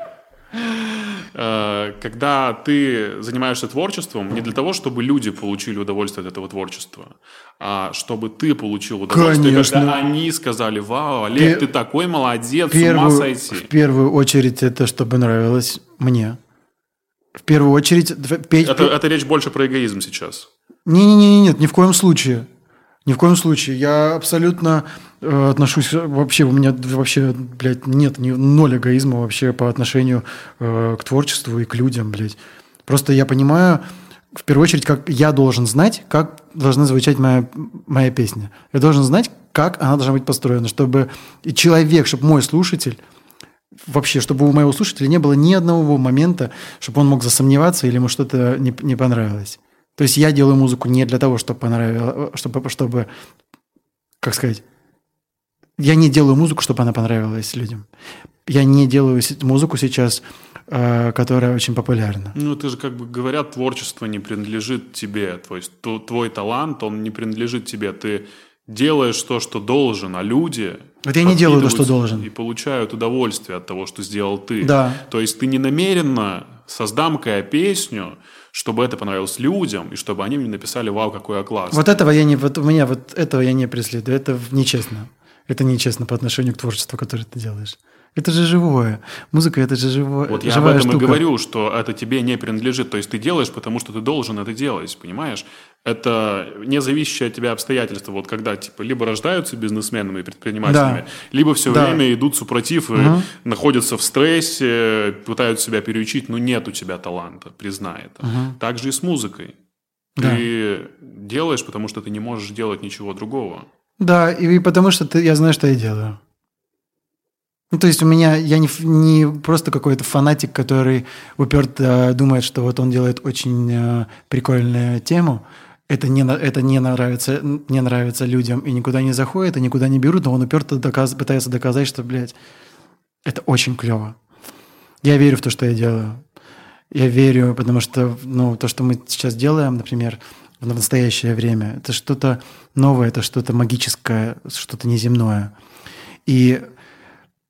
Когда ты занимаешься творчеством не для того, чтобы люди получили удовольствие от этого творчества, а чтобы ты получил удовольствие, конечно. когда они сказали «Вау, Олег, ты такой молодец, с ума сойти». В первую очередь это чтобы нравилось мне. В первую очередь... Это речь больше про эгоизм сейчас. Нет, ни в коем случае. Ни в коем случае. Я абсолютно отношусь... Вообще, у меня вообще, блядь, нет ноль эгоизма вообще по отношению к творчеству и к людям, блядь. Просто я понимаю, в первую очередь, как я должен знать, как должна звучать моя песня. Я должен знать, как она должна быть построена, чтобы и человек, чтобы мой слушатель... Вообще, чтобы у моего слушателя не было ни одного момента, чтобы он мог засомневаться или ему что-то не понравилось. То есть я делаю музыку не для того, чтобы понравилось, чтобы, как сказать, я не делаю музыку, чтобы она понравилась людям. Я не делаю музыку сейчас, которая очень популярна. Ну, ты же, как бы говорят, творчество не принадлежит тебе. То есть твой талант, он не принадлежит тебе. Ты делаешь то, что должен, а люди... Вот я не делаю то, что должен. И получают удовольствие от того, что сделал ты. Да. То есть ты не намеренно создам-ка я песню, чтобы это понравилось людям, и чтобы они мне написали «Вау, какой я классный». Вот этого я не преследую. Это нечестно. Это нечестно по отношению к творчеству, которое ты делаешь. Это же живое. Музыка – это же живая штука. Вот я об этом и говорю, что это тебе не принадлежит. То есть ты делаешь, потому что ты должен это делать, понимаешь? Это не зависящее от тебя обстоятельства. Вот когда типа либо рождаются бизнесменами и предпринимателями, либо все время идут супротив и находятся в стрессе, пытаются себя переучить, но нет у тебя таланта, признай это. Так же и с музыкой. Ты делаешь, потому что ты не можешь делать ничего другого. Да, и потому что я знаю, что я делаю. Ну, то есть я не просто какой-то фанатик, который уперто думает, что вот он делает очень прикольную тему. Это не нравится людям и никуда не заходит, и никуда не берут, но он уперто пытается доказать, что, блядь, это очень клево. Я верю в то, что я делаю. Я верю, потому что то, что мы сейчас делаем, например, в настоящее время, это что-то новое, это что-то магическое, что-то неземное. И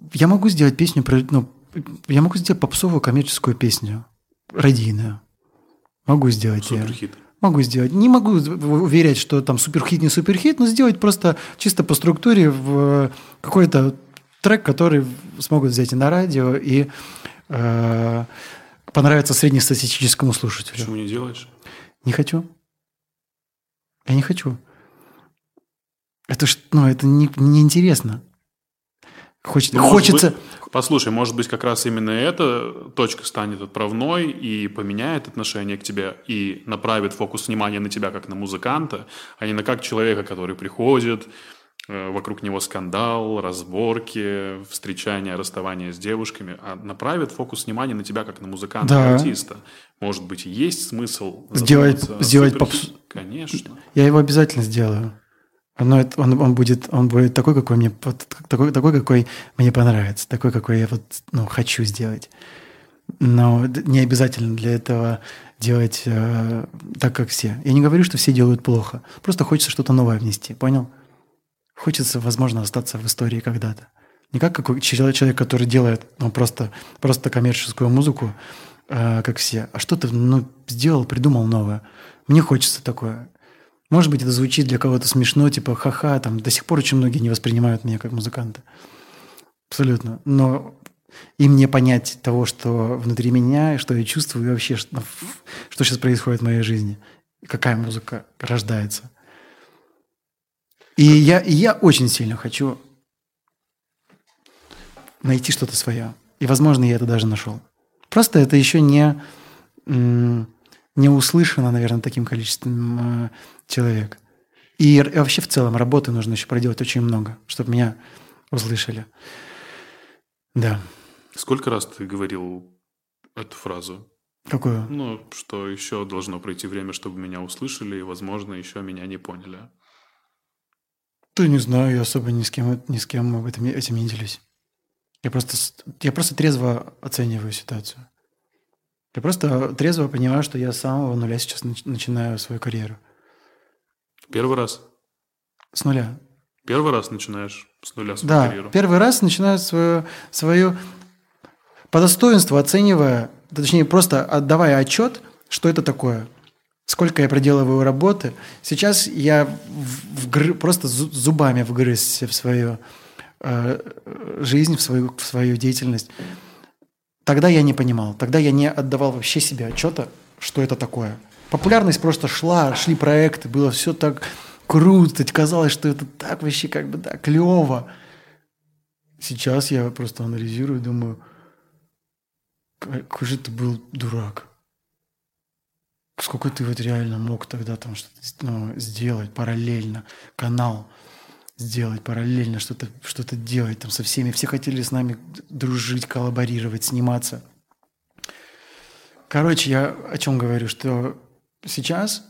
я могу сделать песню, я могу сделать попсовую коммерческую песню, радийную. Могу сделать ее. Суперхит. Могу сделать. Не могу уверять, что там суперхит, не суперхит, но сделать просто чисто по структуре в какой-то трек, который смогут взять и на радио, и понравится среднестатистическому слушателю. Почему не делаешь? Не хочу. Я не хочу. Это неинтересно. Хочется... Послушай, может быть, как раз именно эта точка станет отправной и поменяет отношение к тебе, и направит фокус внимания на тебя как на музыканта, а не на как человека, который приходит, вокруг него скандал, разборки, встречания, расставания с девушками, а направит фокус внимания на тебя как на музыканта, Да. артиста. Может быть, есть смысл Сделать задуматься о попсу. Конечно. Я его обязательно сделаю. Он будет такой, какой мне понравится, такой, какой я хочу сделать. Но не обязательно для этого делать так, как все. Я не говорю, что все делают плохо. Просто хочется что-то новое внести, понял? Хочется, возможно, остаться в истории когда-то. Не как какой человек, который делает просто коммерческую музыку, как все, а что-то сделал, придумал новое. Мне хочется такое. Может быть, это звучит для кого-то смешно, типа ха-ха, там до сих пор очень многие не воспринимают меня как музыканта. Абсолютно. Но им не понять того, что внутри меня, и что я чувствую, и вообще, что сейчас происходит в моей жизни. И какая музыка рождается. И я очень сильно хочу найти что-то свое. И, возможно, я это даже нашел. Просто это еще не услышано, наверное, таким количеством человек. И вообще в целом работы нужно еще проделать очень много, чтобы меня услышали. Да. Сколько раз ты говорил эту фразу? Какую? Что еще должно пройти время, чтобы меня услышали, и, возможно, еще меня не поняли. Да не знаю, я особо ни с кем этим не делюсь. Я просто трезво оцениваю ситуацию. Я просто трезво понимаю, что я с самого нуля сейчас начинаю свою карьеру. Первый раз? С нуля. Первый раз начинаешь с нуля свою карьеру? Да, первый раз начинаю свою по достоинству оценивая, точнее, просто отдавая отчет, что это такое, сколько я проделываю работы. Сейчас я просто зубами вгрызся в свою жизнь, в свою деятельность. Тогда я не понимал, тогда я не отдавал вообще себе отчета, что это такое. Популярность просто шли проекты, было все так круто, казалось, что это так вообще клево. Сейчас я просто анализирую и думаю, какой же ты был дурак. Сколько ты реально мог тогда там что-то сделать параллельно, канал сделать параллельно, что-то делать там со всеми. Все хотели с нами дружить, коллаборировать, сниматься. Короче, я о чем говорю, что сейчас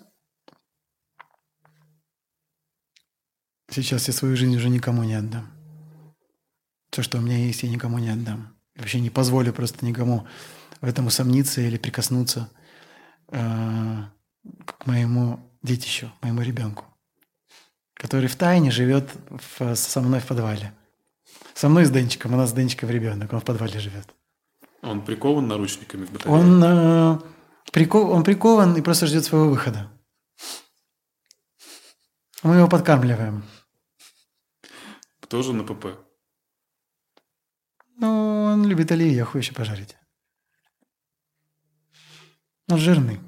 я свою жизнь уже никому не отдам. Все, что у меня есть, я никому не отдам. Вообще не позволю просто никому в этом усомниться или прикоснуться к моему детищу, моему ребенку, который втайне живет со мной в подвале. Со мной с Денчиком, у нас с Денчиком ребенок, он в подвале живет. Он прикован наручниками к батарее? Он прикован и просто ждет своего выхода. Мы его подкармливаем. Тоже на ПП? Он любит оливьеху еще пожарить. Он жирный.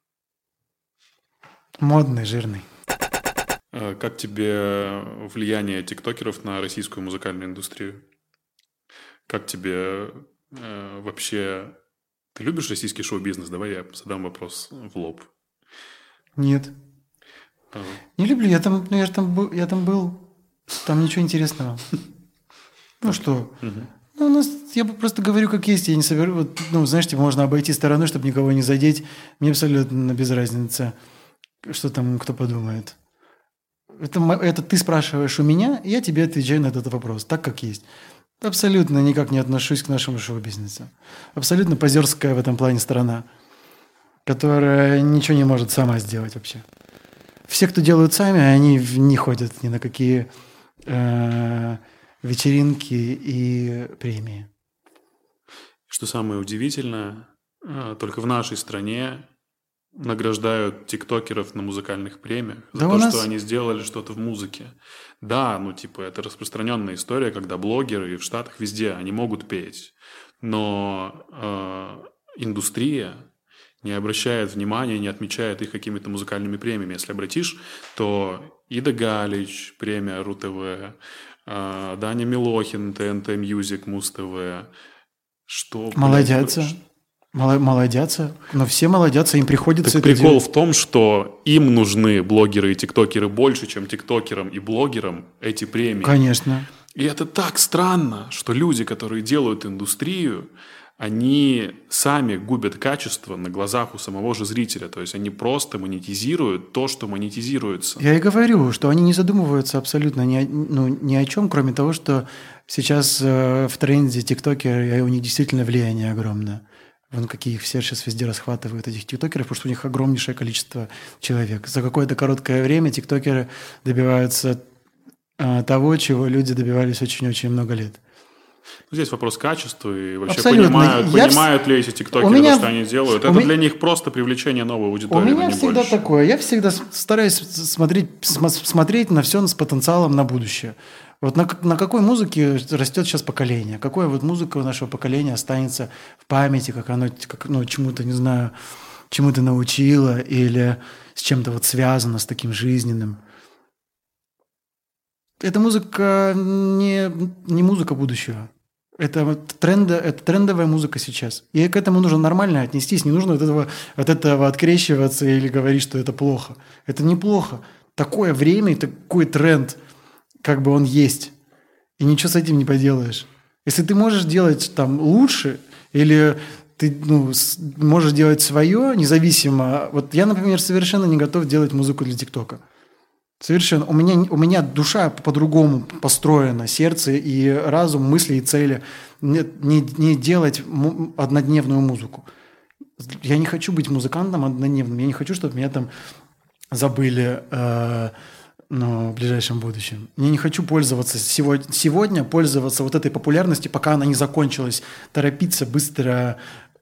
Модный, жирный. Как тебе влияние тиктокеров на российскую музыкальную индустрию? Как тебе вообще... Ты любишь российский шоу-бизнес? Давай я задам вопрос в лоб. Нет. Не люблю. Я там был. Там ничего интересного. Что? У нас, я просто говорю, как есть. Я не соберу... знаешь, можно обойти стороной, чтобы никого не задеть. Мне абсолютно без разницы, что там кто подумает. Это ты спрашиваешь у меня, и я тебе отвечаю на этот вопрос, так как есть. Абсолютно никак не отношусь к нашему шоу-бизнесу. Абсолютно позерская в этом плане страна, которая ничего не может сама сделать вообще. Все, кто делают сами, они не ходят ни на какие вечеринки и премии. Что самое удивительное, только в нашей стране награждают тиктокеров на музыкальных премиях за то, что они сделали что-то в музыке. Да, это распространенная история, когда блогеры в Штатах везде, они могут петь. Но индустрия не обращает внимания, не отмечает их какими-то музыкальными премиями. Если обратишь, то Ида Галич, премия РУ-ТВ, Даня Милохин, ТНТ Мьюзик, Муз-ТВ. Что? Молодятся. Молодятся. Но все молодятся, им приходится так это прикол делать. в том, что им нужны блогеры и тиктокеры больше, чем тиктокерам и блогерам эти премии. Конечно. И это так странно, что люди, которые делают индустрию, они сами губят качество на глазах у самого же зрителя. То есть они просто монетизируют то, что монетизируется. Я и говорю, что они не задумываются абсолютно ни о чем, кроме того, что сейчас в тренде тиктокеры, и у них действительно влияние огромное. Вон какие их все сейчас везде расхватывают, этих тиктокеров, потому что у них огромнейшее количество человек. За какое-то короткое время тиктокеры добиваются того, чего люди добивались очень-очень много лет. Здесь вопрос качества и вообще Абсолютно. понимают ли эти тиктокеры то, что они делают. Это для них просто привлечение новой аудитории. У меня всегда больше. такое. Я всегда стараюсь смотреть на все с потенциалом на будущее. Вот на какой музыке растет сейчас поколение? Какая вот музыка у нашего поколения останется в памяти, как оно чему-то, не знаю, чему-то научило или с чем-то вот связано, с таким жизненным. Эта музыка не музыка будущего. Это трендовая музыка сейчас. И к этому нужно нормально отнестись. Не нужно от этого открещиваться или говорить, что это плохо. Это неплохо. Такое время и такой тренд, как бы он есть. И ничего с этим не поделаешь. Если ты можешь делать там лучше, или ты можешь делать свое, независимо. Вот я, например, совершенно не готов делать музыку для ТикТока. Совершенно. У меня душа по-другому построена, сердце и разум, мысли и цели. Не делать однодневную музыку. Я не хочу быть музыкантом однодневным. Я не хочу, чтобы меня там забыли в ближайшем будущем. Я не хочу пользоваться сегодня пользоваться вот этой популярностью, пока она не закончилась. Торопиться быстро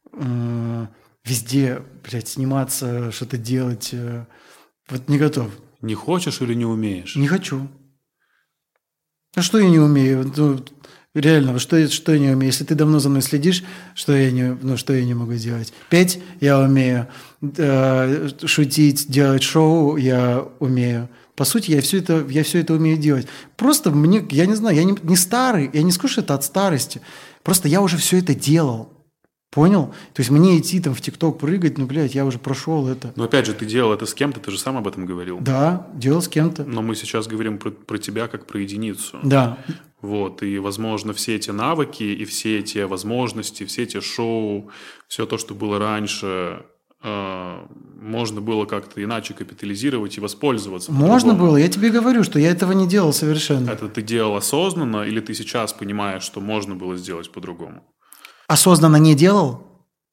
везде, сниматься, что-то делать. Вот не готов. Не хочешь или не умеешь? Не хочу. А что я не умею? Реально, что я не умею? Если ты давно за мной следишь, что я не могу делать? Петь я умею. Шутить, делать шоу я умею. По сути, я все это умею делать. Просто я не знаю, я не старый, я не скажу, что это от старости. Просто я уже все это делал. Понял? То есть мне идти там в ТикТок прыгать, я уже прошел это. Но опять же, ты делал это с кем-то, ты же сам об этом говорил. Да, делал с кем-то. Но мы сейчас говорим про тебя как про единицу. Да. Вот, и, возможно, все эти навыки и все эти возможности, все эти шоу, все то, что было раньше, можно было как-то иначе капитализировать и воспользоваться. Можно было, я тебе говорю, что я этого не делал совершенно. Это ты делал осознанно или ты сейчас понимаешь, что можно было сделать по-другому? Осознанно не делал?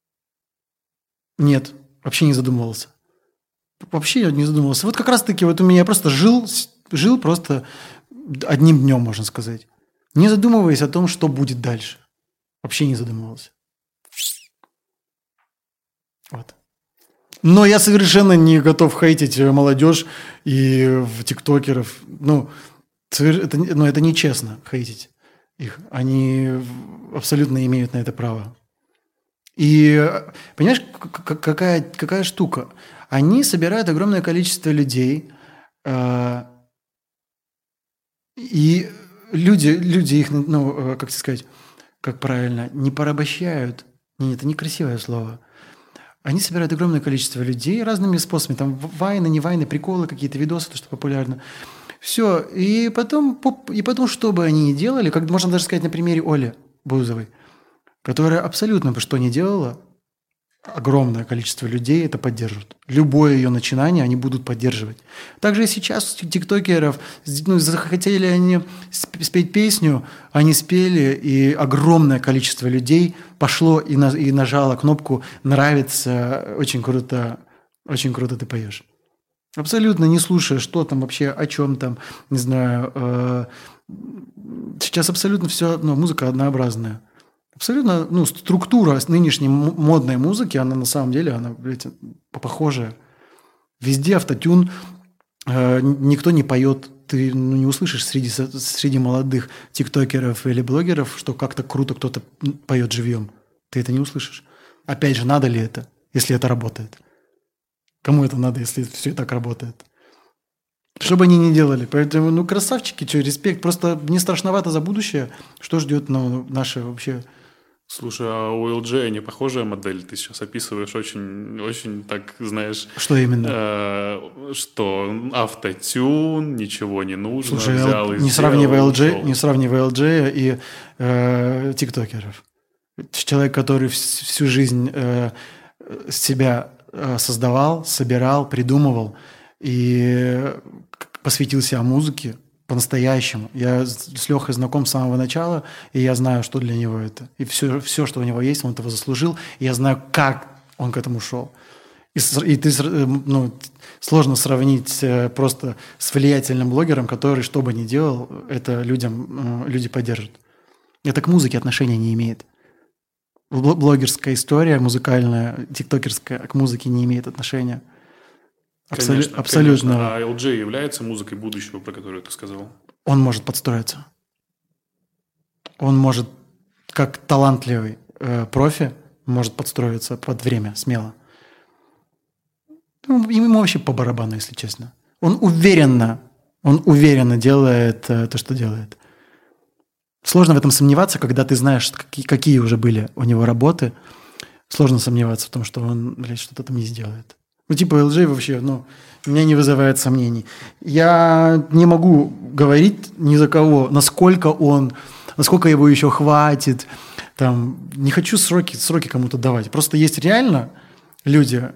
Нет, вообще не задумывался. Вообще не задумывался. Вот как раз-таки вот у меня просто жил просто одним днем, можно сказать. Не задумываясь о том, что будет дальше. Вообще не задумывался. Вот. Но я совершенно не готов хейтить молодежь и тиктокеров. Это нечестно хейтить их. Они абсолютно имеют на это право. И понимаешь, какая штука? Они собирают огромное количество людей, и люди их, как сказать, как правильно, не порабощают. Нет, это некрасивое слово. Они собирают огромное количество людей разными способами. Там вайны, не вайны, приколы какие-то, видосы, то, что популярно. Все. И потом, что бы они ни делали, как можно даже сказать на примере Оли Бузовой, которая абсолютно что ни делала, огромное количество людей это поддерживают. Любое ее начинание они будут поддерживать. Также и сейчас тиктокеров, захотели они спеть песню, они спели, и огромное количество людей пошло и нажало кнопку «Нравится, очень круто ты поешь». Абсолютно не слушая, что там вообще, о чем там, не знаю, Сейчас абсолютно все, музыка однообразная. Абсолютно, структура нынешней модной музыки, она на самом деле, она, блядь, похожая. Везде автотюн, никто не поет. Ты не услышишь среди молодых тиктокеров или блогеров, что как-то круто кто-то поет живьем. Ты это не услышишь. Опять же, надо ли это, если это работает? Кому это надо, если все так работает? Что бы они ни делали. Поэтому, красавчики, респект. Просто мне страшновато за будущее. Что ждет наше вообще... Слушай, а у LG не похожая модель? Ты сейчас описываешь очень, очень так, знаешь... Что именно? Что автотюн, ничего не нужно. Слушай, взял и не сделал, сравнивай LG и тиктокеров. Человек, который всю жизнь себя создавал, собирал, придумывал и посвятил себя музыке по-настоящему. Я с Лехой знаком с самого начала, и я знаю, что для него это. И все, что у него есть, он этого заслужил, и я знаю, как он к этому шел. И ты, сложно сравнить просто с влиятельным блогером, который, что бы ни делал, это люди поддержат. Это к музыке отношения не имеет. Блогерская история, музыкальная, тиктокерская, к музыке не имеет отношения. Конечно, Абсолютно. Конечно. А LG является музыкой будущего, про которую ты сказал? Он может подстроиться. Он может, как талантливый профи, может подстроиться под время смело. Ему вообще по барабану, если честно. Он уверенно делает то, что делает. Сложно в этом сомневаться, когда ты знаешь, какие уже были у него работы. Сложно сомневаться в том, что он, что-то там не сделает. LG вообще, меня не вызывает сомнений. Я не могу говорить ни за кого, насколько его еще хватит. Не хочу сроки кому-то давать. Просто есть реально люди,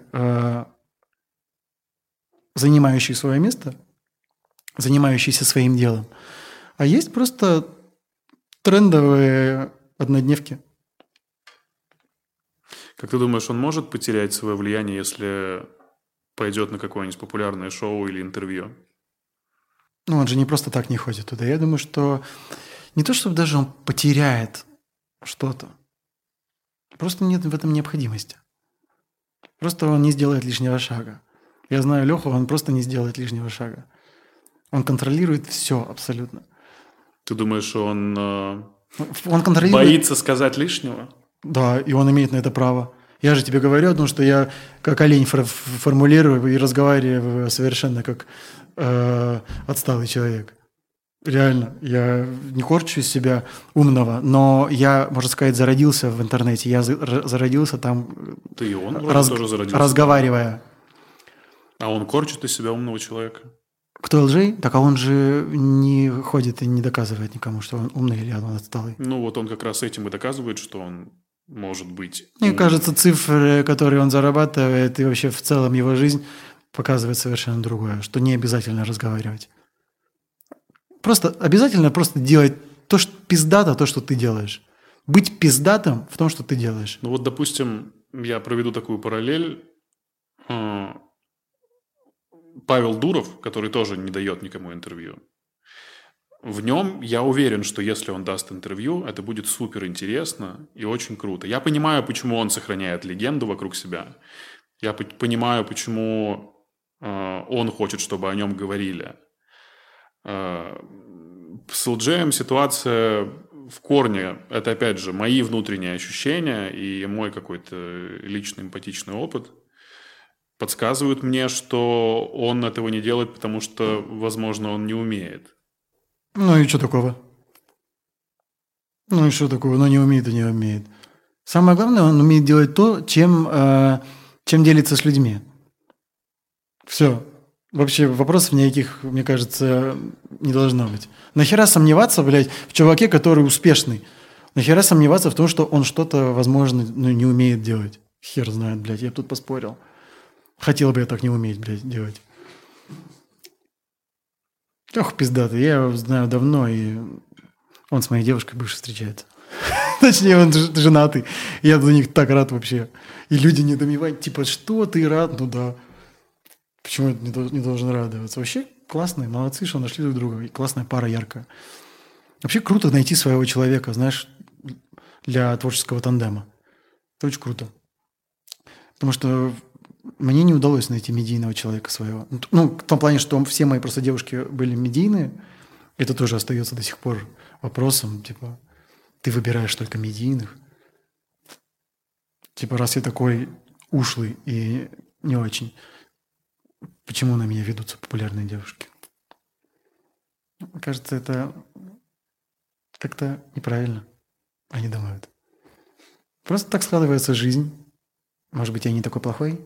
занимающие свое место, занимающиеся своим делом. А есть просто трендовые однодневки. Как ты думаешь, он может потерять свое влияние, если пойдет на какое-нибудь популярное шоу или интервью? Он же не просто так не ходит туда. Я думаю, что не то, чтобы даже он потеряет что-то. Просто нет в этом необходимости. Просто он не сделает лишнего шага. Я знаю Леху, он просто не сделает лишнего шага. Он контролирует все абсолютно. Ты думаешь, он контролирует... боится сказать лишнего? Да, и он имеет на это право. Я же тебе говорю, что я как олень формулирую и разговариваю совершенно как отсталый человек. Реально, я не корчу из себя умного, но я, можно сказать, зародился в интернете. Я зародился там, да и он тоже зародился. Разговаривая. А он корчит из себя умного человека. Кто LG? Так, а он же не ходит и не доказывает никому, что он умный или он отсталый. Он как раз этим и доказывает, что он может быть. Мне кажется, цифры, которые он зарабатывает, и вообще в целом его жизнь показывает совершенно другое, что не обязательно разговаривать. Обязательно делать то, что пиздато, то, что ты делаешь. Быть пиздатым в том, что ты делаешь. Допустим, я проведу такую параллель. Павел Дуров, который тоже не дает никому интервью. В нем я уверен, что если он даст интервью, это будет супер интересно и очень круто. Я понимаю, почему он сохраняет легенду вокруг себя. Я понимаю, почему он хочет, чтобы о нем говорили. С LG ситуация в корне, это опять же мои внутренние ощущения и мой какой-то личный эмпатичный опыт подсказывают мне, что он этого не делает, потому что, возможно, он не умеет. И что такого? И что такого? Не умеет и не умеет. Самое главное, он умеет делать то, чем делится с людьми. Все. Вообще вопросов никаких, мне кажется, не должно быть. Нахера сомневаться, в чуваке, который успешный? Нахера сомневаться в том, что он что-то, возможно, не умеет делать? Хер знает, я бы тут поспорил. Хотел бы я так не уметь, делать. Ох, пиздатый. Я его знаю давно, и он с моей девушкой бывшей встречается. Точнее, он женатый. Я за них так рад вообще. И люди недоумевают, что ты рад? Да. Почему это не должен радоваться? Вообще классные, молодцы, что нашли друг друга. И классная пара, яркая. Вообще круто найти своего человека, знаешь, для творческого тандема. Это очень круто. Потому что мне не удалось найти медийного человека своего. Ну, в том плане, что все мои просто девушки были медийные. Это тоже остается до сих пор вопросом. Типа, ты выбираешь только медийных. Типа, раз я такой ушлый и не очень, почему на меня ведутся популярные девушки? Кажется, это как-то неправильно, они думают. Просто так складывается жизнь. Может быть, я не такой плохой?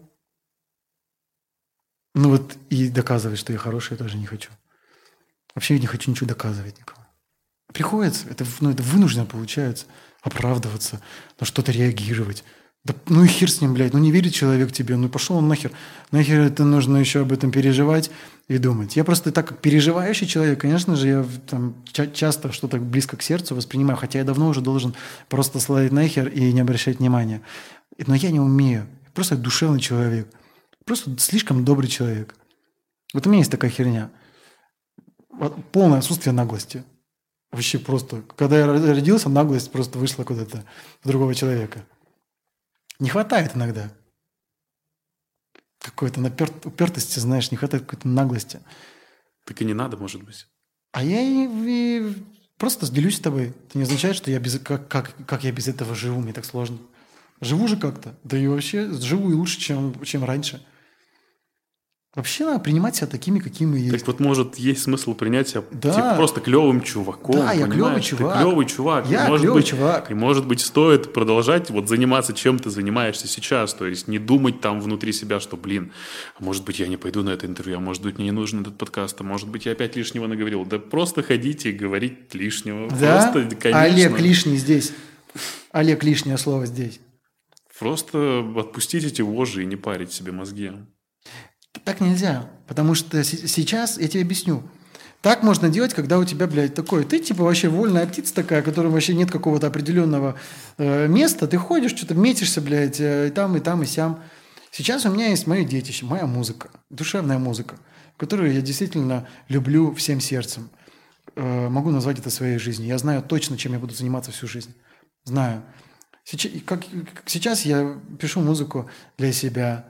Ну вот и доказывать, что я хороший, я тоже не хочу. Вообще не хочу ничего доказывать никому. Приходится, это вынужденно получается, оправдываться, на что-то реагировать. Да, ну и хер с ним, блядь, ну не верит человек тебе, ну пошел он нахер. Нахер это нужно еще об этом переживать и думать. Я просто так как переживающий человек, конечно же, я там часто что-то близко к сердцу воспринимаю, хотя я давно уже должен просто слать нахер и не обращать внимания. Но я не умею. Просто душевный человек. Просто слишком добрый человек. Вот у меня есть такая херня. Полное отсутствие наглости. Вообще просто. Когда я родился, наглость просто вышла куда-то в другого человека. Не хватает иногда. Какой-то упертости, знаешь, не хватает какой-то наглости. Так и не надо, может быть. А я и просто делюсь с тобой. Это не означает, что я как я без этого живу, мне так сложно. Живу же как-то. Да и вообще живу и лучше, чем раньше. Вообще надо принимать себя такими, какими мы есть. Так вот, может, есть смысл принять себя Да. типа, просто клевым чуваком. Да, я клевый понимаешь? чувак. Ты клевый чувак. Я клевый чувак. И, может быть, стоит продолжать вот заниматься чем ты занимаешься сейчас. То есть не думать там внутри себя, что, блин, может быть, я не пойду на это интервью, а может быть, мне не нужен этот подкаст, а может быть, я опять лишнего наговорил. Да просто ходите и говорить лишнего. Да? Просто, конечно. Олег лишний здесь. Олег лишнее слово здесь. Просто отпустить эти вожжи и не парить себе мозги. Так нельзя, потому что сейчас, я тебе объясню, так можно делать, когда у тебя, блядь, такой, ты типа вообще вольная птица такая, которой вообще нет какого-то определенного места, ты ходишь, что-то метишься, блядь, и там, и сям. Сейчас у меня есть мое детище, моя музыка, душевная музыка, которую я действительно люблю всем сердцем. Могу назвать это своей жизнью. Я знаю точно, чем я буду заниматься всю жизнь. Знаю. Сейчас я пишу музыку для себя.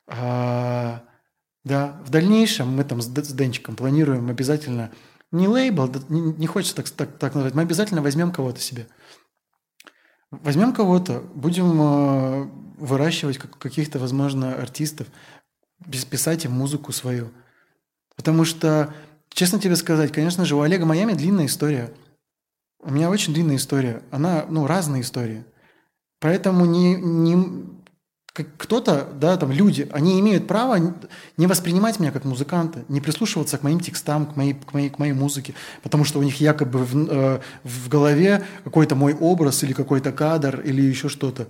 Да, в дальнейшем мы там с Денчиком планируем обязательно не лейбл, не хочется так назвать, мы обязательно возьмем кого-то себе. Возьмем кого-то, будем выращивать каких-то, возможно, артистов, писать им музыку свою. Потому что, честно тебе сказать, конечно же, у Олега Майами длинная история. У меня очень длинная история. Она, разные истории. Поэтому кто-то, да, там люди, они имеют право не воспринимать меня как музыканта, не прислушиваться к моим текстам, к моей музыке, потому что у них якобы в голове какой-то мой образ или какой-то кадр или еще что-то.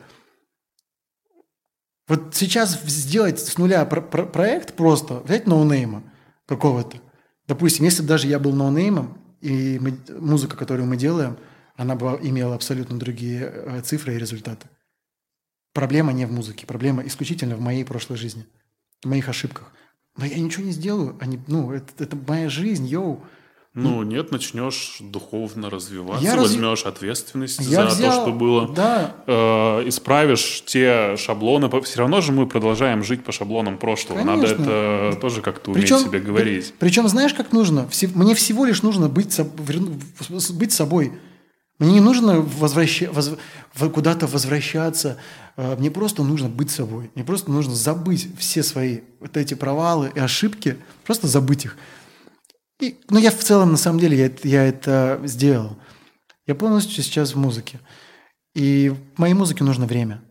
Вот сейчас сделать с нуля проект просто, взять ноунейма какого-то. Допустим, если бы даже я был ноунеймом, и музыка, которую мы делаем, она бы имела абсолютно другие цифры и результаты. Проблема не в музыке, проблема исключительно в моей прошлой жизни, в моих ошибках. Но я ничего не сделаю, это моя жизнь, йоу. Нет, начнешь духовно развиваться, возьмешь ответственность за то, что было, да. Исправишь те шаблоны. Все равно же мы продолжаем жить по шаблонам прошлого. Конечно. Надо это тоже как-то уметь себе говорить. Причем знаешь, как нужно? Мне всего лишь нужно быть собой. Мне не нужно куда-то возвращаться. Мне просто нужно быть собой. Мне просто нужно забыть все свои вот эти провалы и ошибки, просто забыть их. Я в целом, на самом деле, я это сделал. Я полностью сейчас в музыке. И моей музыке нужно время.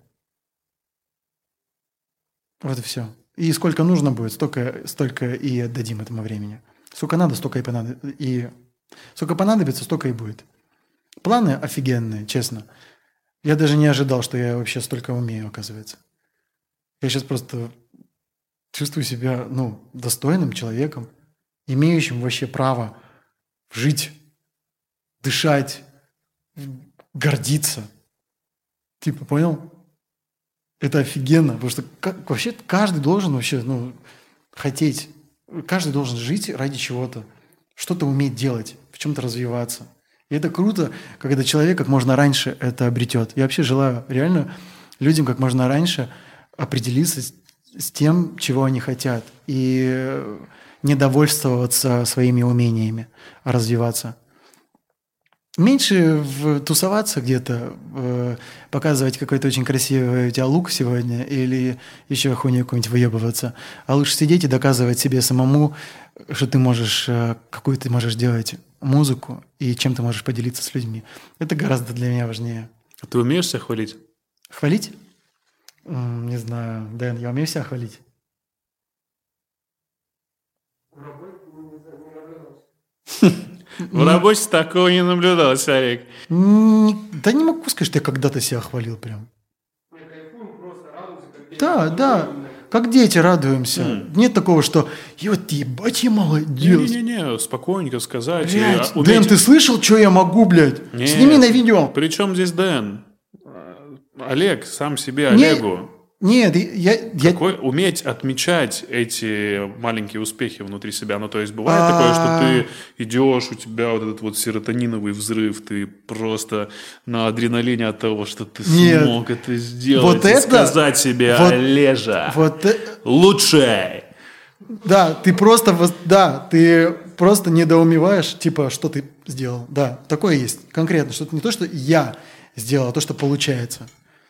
Вот и все. И сколько нужно будет, столько и отдадим этому времени. Сколько надо, столько и понадобится. И сколько понадобится, столько и будет. Планы офигенные, честно. Я даже не ожидал, что я вообще столько умею, оказывается. Я сейчас просто чувствую себя, достойным человеком, имеющим вообще право жить, дышать, гордиться. Типа, понял? Это офигенно, потому что вообще каждый должен вообще, хотеть. Каждый должен жить ради чего-то, что-то уметь делать, в чем-то развиваться. И это круто, когда человек как можно раньше это обретет. Я вообще желаю реально людям как можно раньше определиться с тем, чего они хотят, и не довольствоваться своими умениями, а развиваться. Меньше тусоваться где-то, показывать какой-то очень красивый у тебя лук сегодня или еще хуйню какую-нибудь выебываться, а лучше сидеть и доказывать себе самому, что ты можешь, какую ты можешь делать музыку и чем ты можешь поделиться с людьми. Это гораздо для меня важнее. А ты умеешь себя хвалить? Хвалить? Не знаю. Дэн, я умею себя хвалить? В работе такого не наблюдалось, Олег. Да не могу сказать, что я когда-то себя хвалил прям. Да, как дети радуемся. Нет такого, что «Вот ебать, я молодец». Не-не-не, спокойненько сказать. Блядь, Дэн, ты слышал, что я могу, блядь? Нет. Сними на видео. При чем здесь Дэн? Олег, сам себе Олегу. Нет, Уметь отмечать эти маленькие успехи внутри себя. Ну, то есть, бывает такое, что ты идешь, у тебя вот этот вот серотониновый взрыв, ты просто на адреналине от того, что ты смог это сделать. Вот это... Сказать себе, Олежа, лучший. Да, ты просто недоумеваешь, типа, что ты сделал. Да, такое есть, конкретно. Что-то не то, что я сделал, а то, что получается.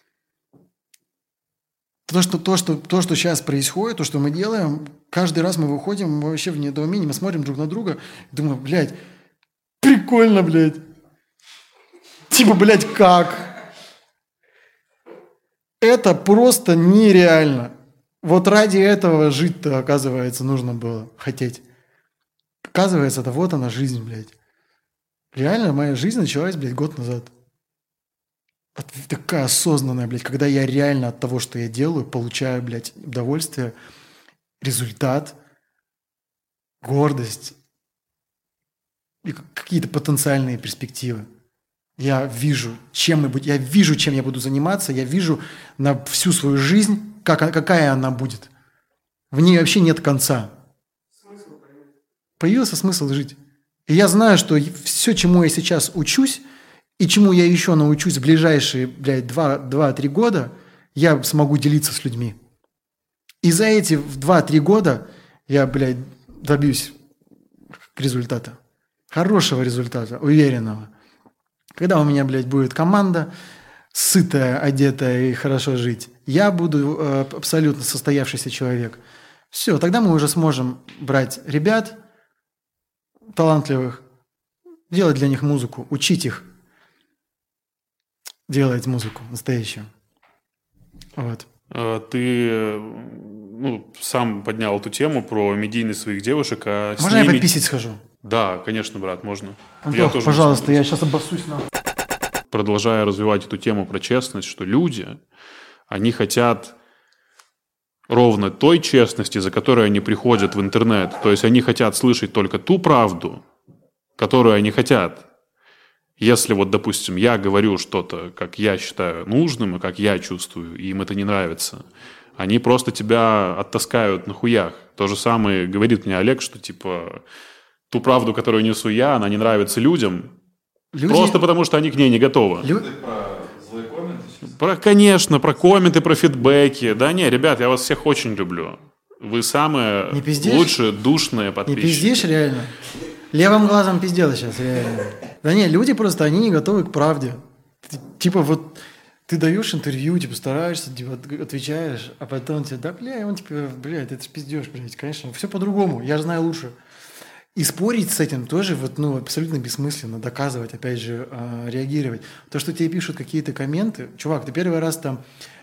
То, что сейчас происходит, то, что мы делаем, каждый раз мы выходим, мы вообще в недоумении, мы смотрим друг на друга и думаем, блядь, прикольно, блядь. Типа, блядь, как? Это просто нереально. Вот ради этого жить-то, оказывается, нужно было хотеть. Оказывается, это вот она жизнь, блядь. Реально моя жизнь началась, блядь, год назад. Такая осознанная, блядь, когда я реально от того, что я делаю, получаю, блядь, удовольствие, результат, гордость и какие-то потенциальные перспективы. Я вижу, чем я буду заниматься, я вижу на всю свою жизнь, какая она будет. В ней вообще нет конца. Появился смысл жить. И я знаю, что все, чему я сейчас учусь, и чему я еще научусь в ближайшие, блядь, 2-3 года, я смогу делиться с людьми. И за эти 2-3 года я, блядь, добьюсь результата. Хорошего результата, уверенного. Когда у меня, блядь, будет команда, сытая, одетая и хорошо жить, я буду абсолютно состоявшийся человек. Все, тогда мы уже сможем брать ребят талантливых, делать для них музыку, учить их делать музыку настоящую. Вот. Ты сам поднял эту тему про медийность своих девушек. Можно я пописать схожу? Да, конечно, брат, можно. Антох, пожалуйста, я сейчас обоссусь на... Продолжая развивать эту тему про честность, что люди, они хотят ровно той честности, за которой они приходят в интернет. То есть они хотят слышать только ту правду, которую они хотят. Если вот, допустим, я говорю что-то, как я считаю нужным, и как я чувствую, и им это не нравится, они просто тебя оттаскают на хуях. То же самое говорит мне Олег, что типа ту правду, которую несу я, она не нравится людям, просто потому что они к ней не готовы. Ты про злые комменты сейчас? Конечно, про комменты, про фидбэки. Да не, ребят, я вас всех очень люблю. Вы самые лучшие, душные подписчики. Не пиздишь, реально? Левым глазом пиздел сейчас, реально. Да не, люди просто, они не готовы к правде. Типа вот ты даешь интервью, типа стараешься, типа отвечаешь, а потом тебе, да, бля, и он типа, блядь, это ж пиздешь, блядь, конечно, все по-другому, я же знаю лучше. И спорить с этим тоже вот, абсолютно бессмысленно, доказывать, опять же, реагировать. То, что тебе пишут какие-то комменты, чувак, ты первый раз там,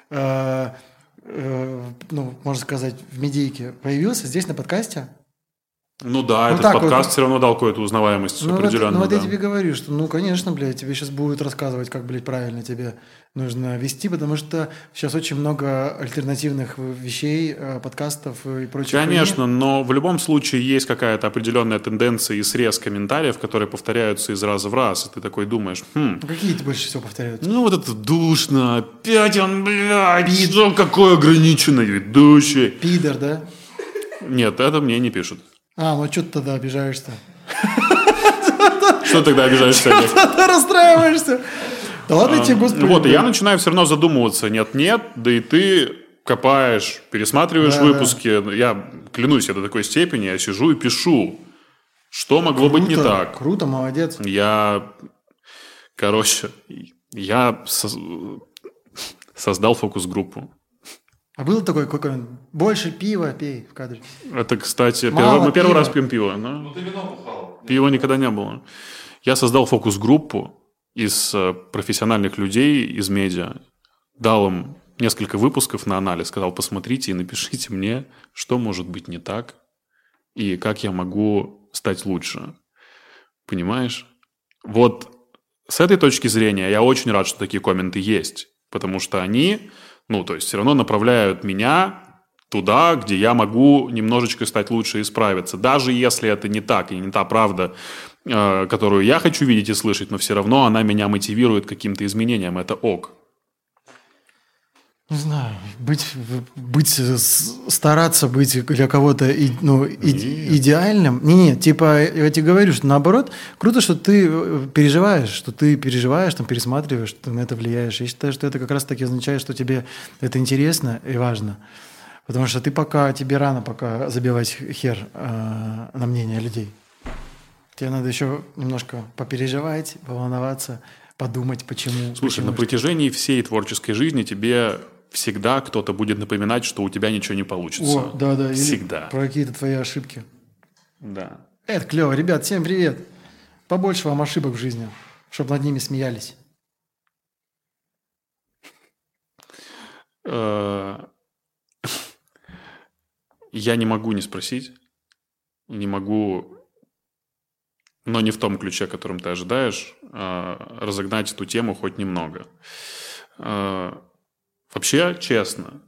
можно сказать, в медийке появился здесь на подкасте. Ну да, этот подкаст все равно дал какую-то узнаваемость определенную. Вот я тебе говорю, что, конечно, блядь, тебе сейчас будут рассказывать, как, блядь, правильно тебе нужно вести, потому что сейчас очень много альтернативных вещей, подкастов и прочего. Конечно, но в любом случае есть какая-то определенная тенденция и срез комментариев, которые повторяются из раза в раз, и ты такой думаешь, Какие больше всего повторяются? Вот это душно, опять он, блядь, что какой ограниченный ведущий. Пидор, да? Нет, это мне не пишут. Ну что ты тогда обижаешься? Что тогда обижаешься, Олег? Ты расстраиваешься. Да ладно тебе, господи. Вот, и я начинаю все равно задумываться. Нет, да и ты копаешь, пересматриваешь выпуски. Я клянусь, я до такой степени, я сижу и пишу. Что могло быть не так? Круто, молодец. Я создал фокус-группу. А было такое, какое-нибудь больше пива пей в кадре? Это, кстати, Мало мы первый пива. раз пьем пиво. Да? Ну, ты вино бухал. Пива никогда не было. Я создал фокус-группу из профессиональных людей из медиа. Дал им несколько выпусков на анализ. Сказал, посмотрите и напишите мне, что может быть не так и как я могу стать лучше. Понимаешь? Вот с этой точки зрения я очень рад, что такие комменты есть. Потому что они, то есть все равно направляют меня туда, где я могу немножечко стать лучше и исправиться. Даже если это не так и не та правда, которую я хочу видеть и слышать, но все равно она меня мотивирует к каким-то изменениям. Это ок. Не знаю, стараться быть для кого-то идеальным. Нет, типа, я тебе говорю, что наоборот, круто, что ты переживаешь, там, пересматриваешь, что ты на это влияешь. Я считаю, что это как раз-таки означает, что тебе это интересно и важно. Потому что тебе рано пока забивать хер на мнение людей. Тебе надо еще немножко попереживать, поволноваться, подумать, почему. Слушай, на протяжении всей творческой жизни тебе всегда кто-то будет напоминать, что у тебя ничего не получится. О, да. Всегда. Или про какие-то твои ошибки. Да. Это клево. Ребят, всем привет. Побольше вам ошибок в жизни, чтобы над ними смеялись. Я не могу не спросить. Не могу, но не в том ключе, которым ты ожидаешь, разогнать эту тему хоть немного. Вообще, честно,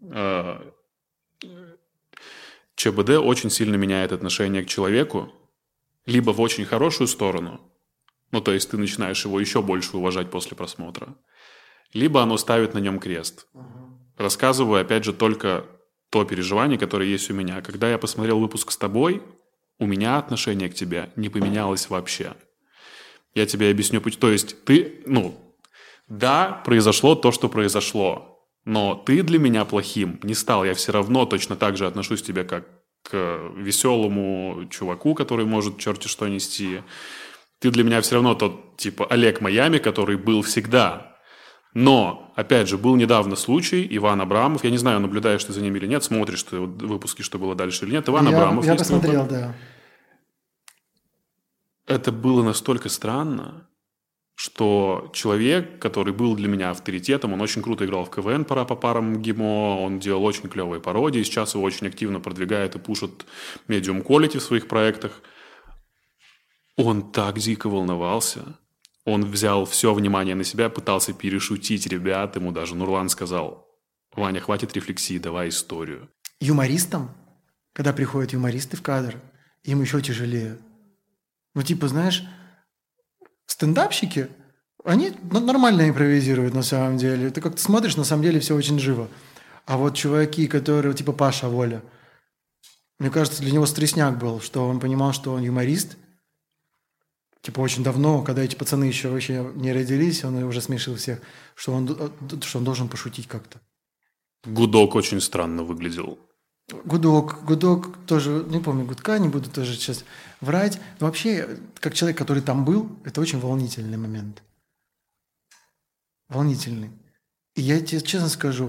ЧБД очень сильно меняет отношение к человеку, либо в очень хорошую сторону, то есть ты начинаешь его еще больше уважать после просмотра, либо оно ставит на нем крест. Рассказываю, опять же, только то переживание, которое есть у меня. Когда я посмотрел выпуск с тобой, у меня отношение к тебе не поменялось вообще. Я тебе объясню. То есть ты, да, произошло то, что произошло, но ты для меня плохим не стал. Я все равно точно так же отношусь к тебе, как к веселому чуваку, который может черти что нести. Ты для меня все равно тот, типа, Олег Майами, который был всегда. Но, опять же, был недавно случай, Иван Абрамов, я не знаю, наблюдаешь ты за ним или нет, смотришь ты выпуски, что было дальше или нет. Иван Абрамов. Я посмотрел, да. Это было настолько странно, что человек, который был для меня авторитетом, он очень круто играл в КВН по парам ГИМО, он делал очень клевые пародии, сейчас его очень активно продвигает и пушит Medium Quality в своих проектах. Он так дико волновался. Он взял все внимание на себя, пытался перешутить ребят. Ему даже Нурлан сказал: «Ваня, хватит рефлексии, давай историю». Юмористам, когда приходят юмористы в кадр, им еще тяжелее. Знаешь, стендапщики, они нормально импровизируют на самом деле. Ты как-то смотришь, на самом деле все очень живо. А вот чуваки, которые, типа Паша Воля, мне кажется, для него стрессняк был, что он понимал, что он юморист. Типа очень давно, когда эти пацаны еще вообще не родились, он уже смешил всех, что он должен пошутить как-то. Гудок очень странно выглядел. Гудок тоже, не помню, Гудка, не буду тоже сейчас врать. Но вообще, как человек, который там был, это очень волнительный момент. Волнительный. И я тебе честно скажу,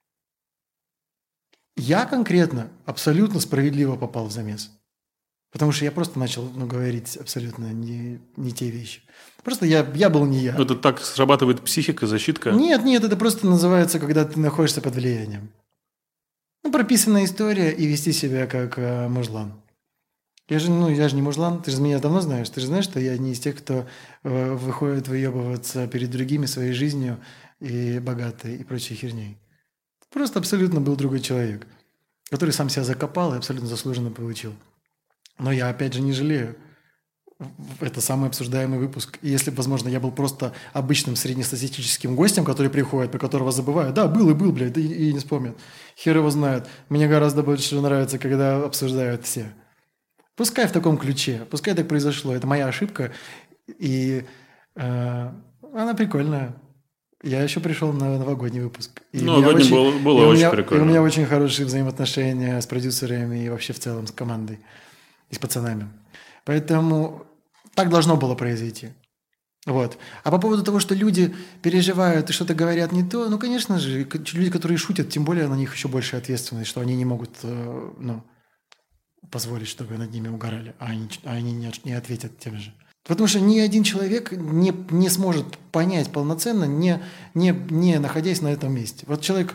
я конкретно абсолютно справедливо попал в замес. Потому что я просто начал говорить абсолютно не те вещи. Просто я был не я. Это так срабатывает психика, защитка? Нет, это просто называется, когда ты находишься под влиянием. Прописанная история и вести себя как мужлан. Я же не мужлан, ты же меня давно знаешь. Ты же знаешь, что я не из тех, кто выходит выебываться перед другими своей жизнью и богатой и прочей херней. Просто абсолютно был другой человек, который сам себя закопал и абсолютно заслуженно получил. Но я, опять же, не жалею. Это самый обсуждаемый выпуск. И если бы, возможно, я был просто обычным среднестатистическим гостем, который приходит, про которого забывают. Да, был, блядь, и не вспомнят. Хер его знает. Мне гораздо больше нравится, когда обсуждают все. Пускай в таком ключе, пускай так произошло. Это моя ошибка, и она прикольная. Я еще пришел на новогодний выпуск. Новогодний было очень прикольно. И у меня очень хорошие взаимоотношения с продюсерами и вообще в целом с командой и с пацанами. Поэтому так должно было произойти. Вот. А по поводу того, что люди переживают и что-то говорят не то, ну, конечно же, люди, которые шутят, тем более на них еще больше ответственность, что они не могут позволить, чтобы над ними угорали, а они не ответят тем же. Потому что ни один человек не сможет понять полноценно, не находясь на этом месте. Вот человек,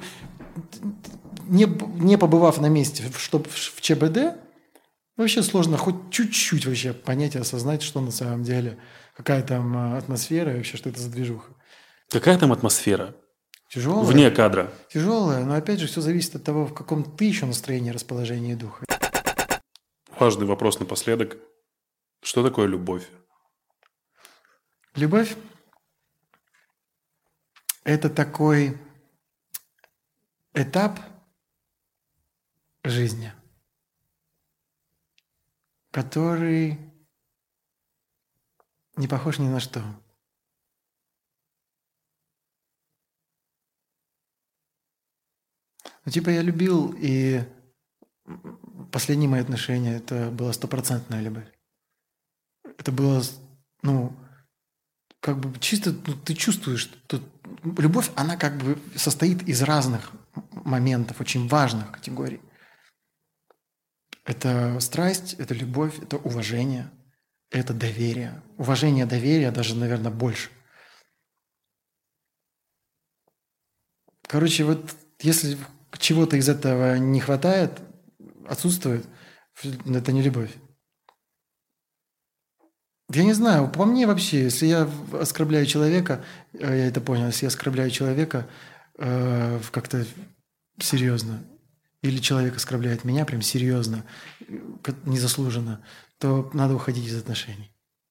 не побывав на месте в ЧБД, вообще сложно хоть чуть-чуть вообще понять и осознать, что на самом деле, какая там атмосфера и вообще, что это за движуха. Какая там атмосфера? Тяжелая. Вне кадра. Тяжелая, но опять же все зависит от того, в каком ты еще настроении, расположении духа. Важный вопрос напоследок. Что такое любовь? Любовь – это такой этап жизни, который не похож ни на что. Ну, типа я любил, и последние мои отношения – это была 100% любовь. Это было, как бы чисто ты чувствуешь, что любовь, она как бы состоит из разных моментов, очень важных категорий. Это страсть, это любовь, это уважение, это доверие. Уважение, доверие даже, наверное, больше. Короче, вот если чего-то из этого не хватает, отсутствует, это не любовь. Я не знаю, по мне вообще, если я оскорбляю человека, я это понял, если я оскорбляю человека как-то серьезно, или человек оскорбляет меня прям серьезно, незаслуженно, то надо уходить из отношений.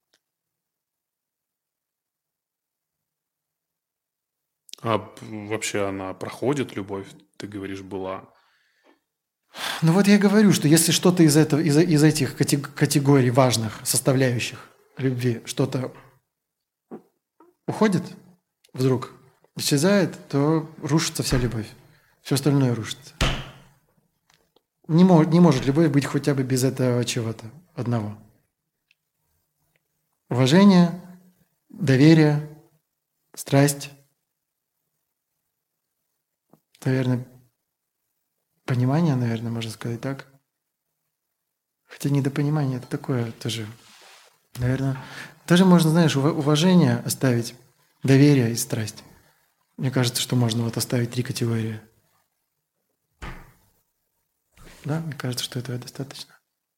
А вообще она проходит, любовь, ты говоришь, была? Ну вот я говорю, что если что-то из этих категорий важных, составляющих любви, что-то уходит вдруг, исчезает, то рушится вся любовь. Все остальное рушится. Не может любовь быть хотя бы без этого чего-то одного. Уважение, доверие, страсть, наверное, понимание, наверное, можно сказать так. Хотя недопонимание – это такое тоже, наверное. Даже можно, знаешь, уважение оставить, доверие и страсть. Мне кажется, что можно вот оставить 3 категории. Да, мне кажется, что этого достаточно.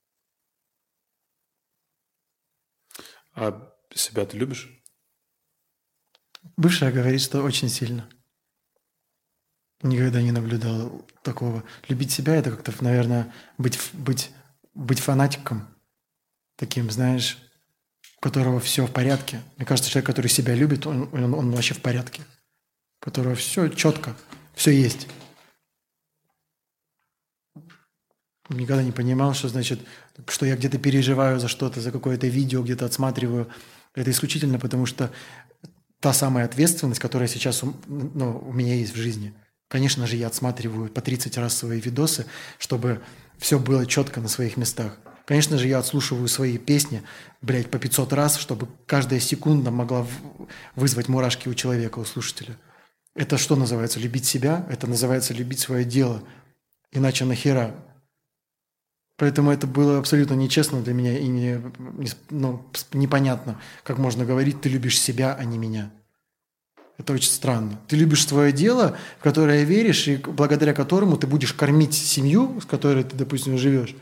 А себя ты любишь? Бывшая говорит, что очень сильно. Никогда не наблюдал такого. Любить себя – это как-то, наверное, быть фанатиком. Таким, знаешь, у которого все в порядке. Мне кажется, человек, который себя любит, он вообще в порядке. У которого все четко, все есть. Никогда не понимал, что значит, что я где-то переживаю за что-то, за какое-то видео, где-то отсматриваю. Это исключительно потому, что та самая ответственность, которая сейчас у меня есть в жизни. Конечно же, я отсматриваю по 30 раз свои видосы, чтобы все было четко на своих местах. Конечно же, я отслушиваю свои песни, по 500 раз, чтобы каждая секунда могла вызвать мурашки у человека, у слушателя. Это что называется любить себя? Это называется любить свое дело. Иначе нахера? Поэтому это было абсолютно нечестно для меня и непонятно, как можно говорить, ты любишь себя, а не меня. Это очень странно. Ты любишь свое дело, в которое веришь, и благодаря которому ты будешь кормить семью, с которой ты, допустим, живешь.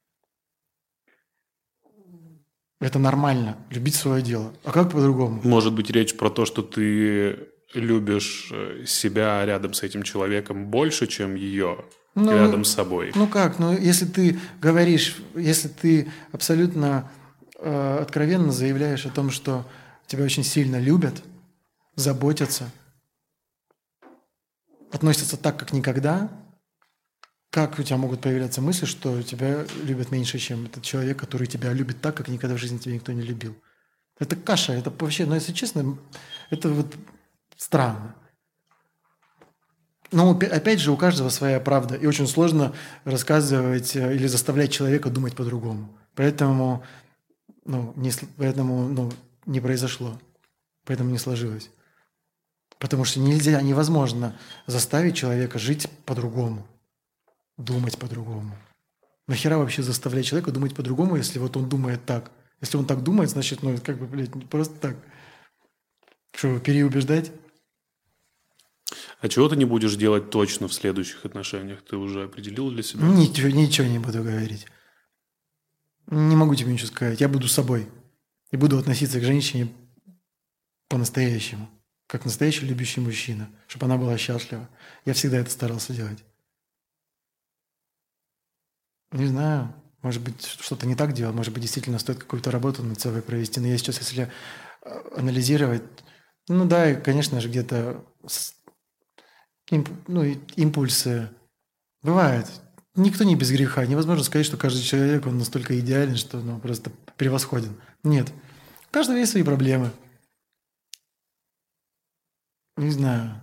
Это нормально, любить свое дело. А как по-другому? Может быть, речь про то, что ты любишь себя рядом с этим человеком больше, чем ее рядом с собой. Если ты говоришь, если ты абсолютно откровенно заявляешь о том, что тебя очень сильно любят, заботятся, относятся так, как никогда, как у тебя могут появляться мысли, что тебя любят меньше, чем этот человек, который тебя любит так, как никогда в жизни тебя никто не любил? Это каша, это вообще, ну, если честно, это вот странно. Но, опять же, у каждого своя правда, и очень сложно рассказывать или заставлять человека думать по-другому. Поэтому, не произошло, поэтому не сложилось. Потому что невозможно заставить человека жить по-другому, думать по-другому. Нахера вообще заставлять человека думать по-другому, если вот он думает так? Если он так думает, значит, просто так. Что, переубеждать? А чего ты не будешь делать точно в следующих отношениях? Ты уже определил для себя? Ничего не буду говорить. Не могу тебе ничего сказать. Я буду собой. И буду относиться к женщине по-настоящему. Как настоящий любящий мужчина. Чтобы она была счастлива. Я всегда это старался делать. Не знаю. Может быть, что-то не так делал. Может быть, действительно стоит какую-то работу над собой провести. Но я сейчас, если анализировать... Ну да, и, конечно же, где-то... импульсы бывают. Никто не без греха. Невозможно сказать, что каждый человек, он настолько идеален, что просто превосходен. Нет. У каждого есть свои проблемы. Не знаю.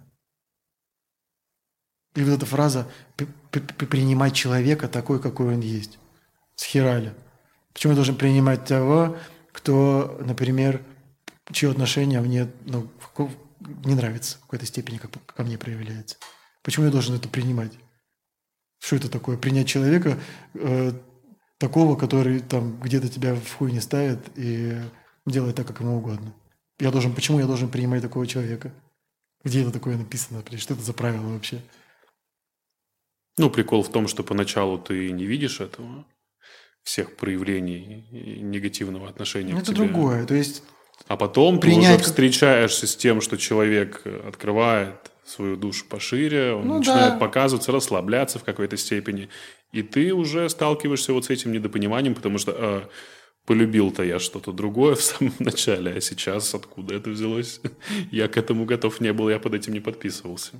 И вот эта фраза «принимать человека такой, какой он есть». Схерали. Почему я должен принимать того, кто, например, чье отношение мне не нравится в какой-то степени, как ко мне проявляется? Почему я должен это принимать? Что это такое? Принять человека такого, который там где-то тебя в хуй не ставит и делает так, как ему угодно. Почему я должен принимать такого человека? Где это такое написано? Что это за правило вообще? Ну, прикол в том, что поначалу ты не видишь этого, всех проявлений негативного отношения к тебе. Это другое. То есть а потом ты уже встречаешься с тем, что человек открывает свою душу пошире, он начинает показываться, расслабляться в какой-то степени. И ты уже сталкиваешься вот с этим недопониманием, потому что полюбил-то я что-то другое в самом начале, а сейчас откуда это взялось? Я к этому готов не был, я под этим не подписывался.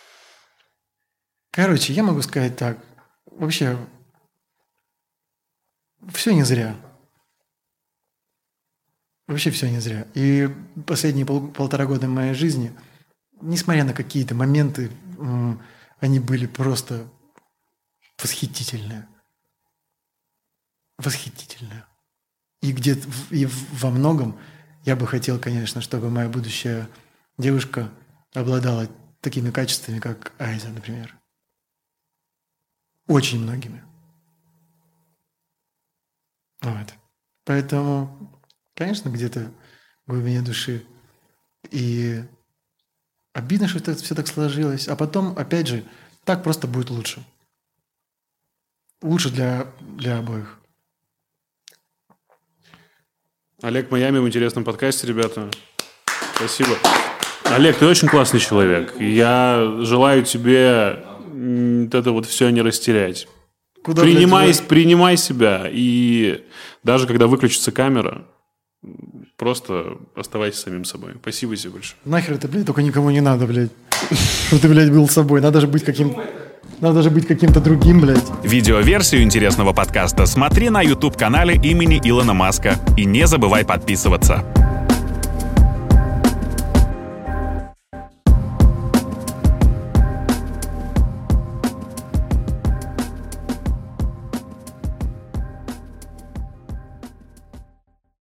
Короче, я могу сказать так. Вообще, все не зря. Вообще все не зря. И последние 1,5 года моей жизни, несмотря на какие-то моменты, они были просто восхитительные. Восхитительные. И где-то и во многом я бы хотел, конечно, чтобы моя будущая девушка обладала такими качествами, как Айза, например. Очень многими. Вот. Поэтому, конечно, где-то в глубине души и обидно, что это все так сложилось. А потом, опять же, так просто будет лучше. Лучше для обоих. Олег Майами в интересном подкасте, ребята. Спасибо. Олег, ты очень классный человек. Я желаю тебе это вот все не растерять. Принимай себя. И даже когда выключится камера, просто оставайся самим собой. Спасибо тебе большое. Нахер это, блядь, только никому не надо, блядь. Чтобы ты, блядь, был собой. Надо же быть каким-то другим, блядь. Видеоверсию интересного подкаста смотри на YouTube-канале имени Илона Маска. И не забывай подписываться.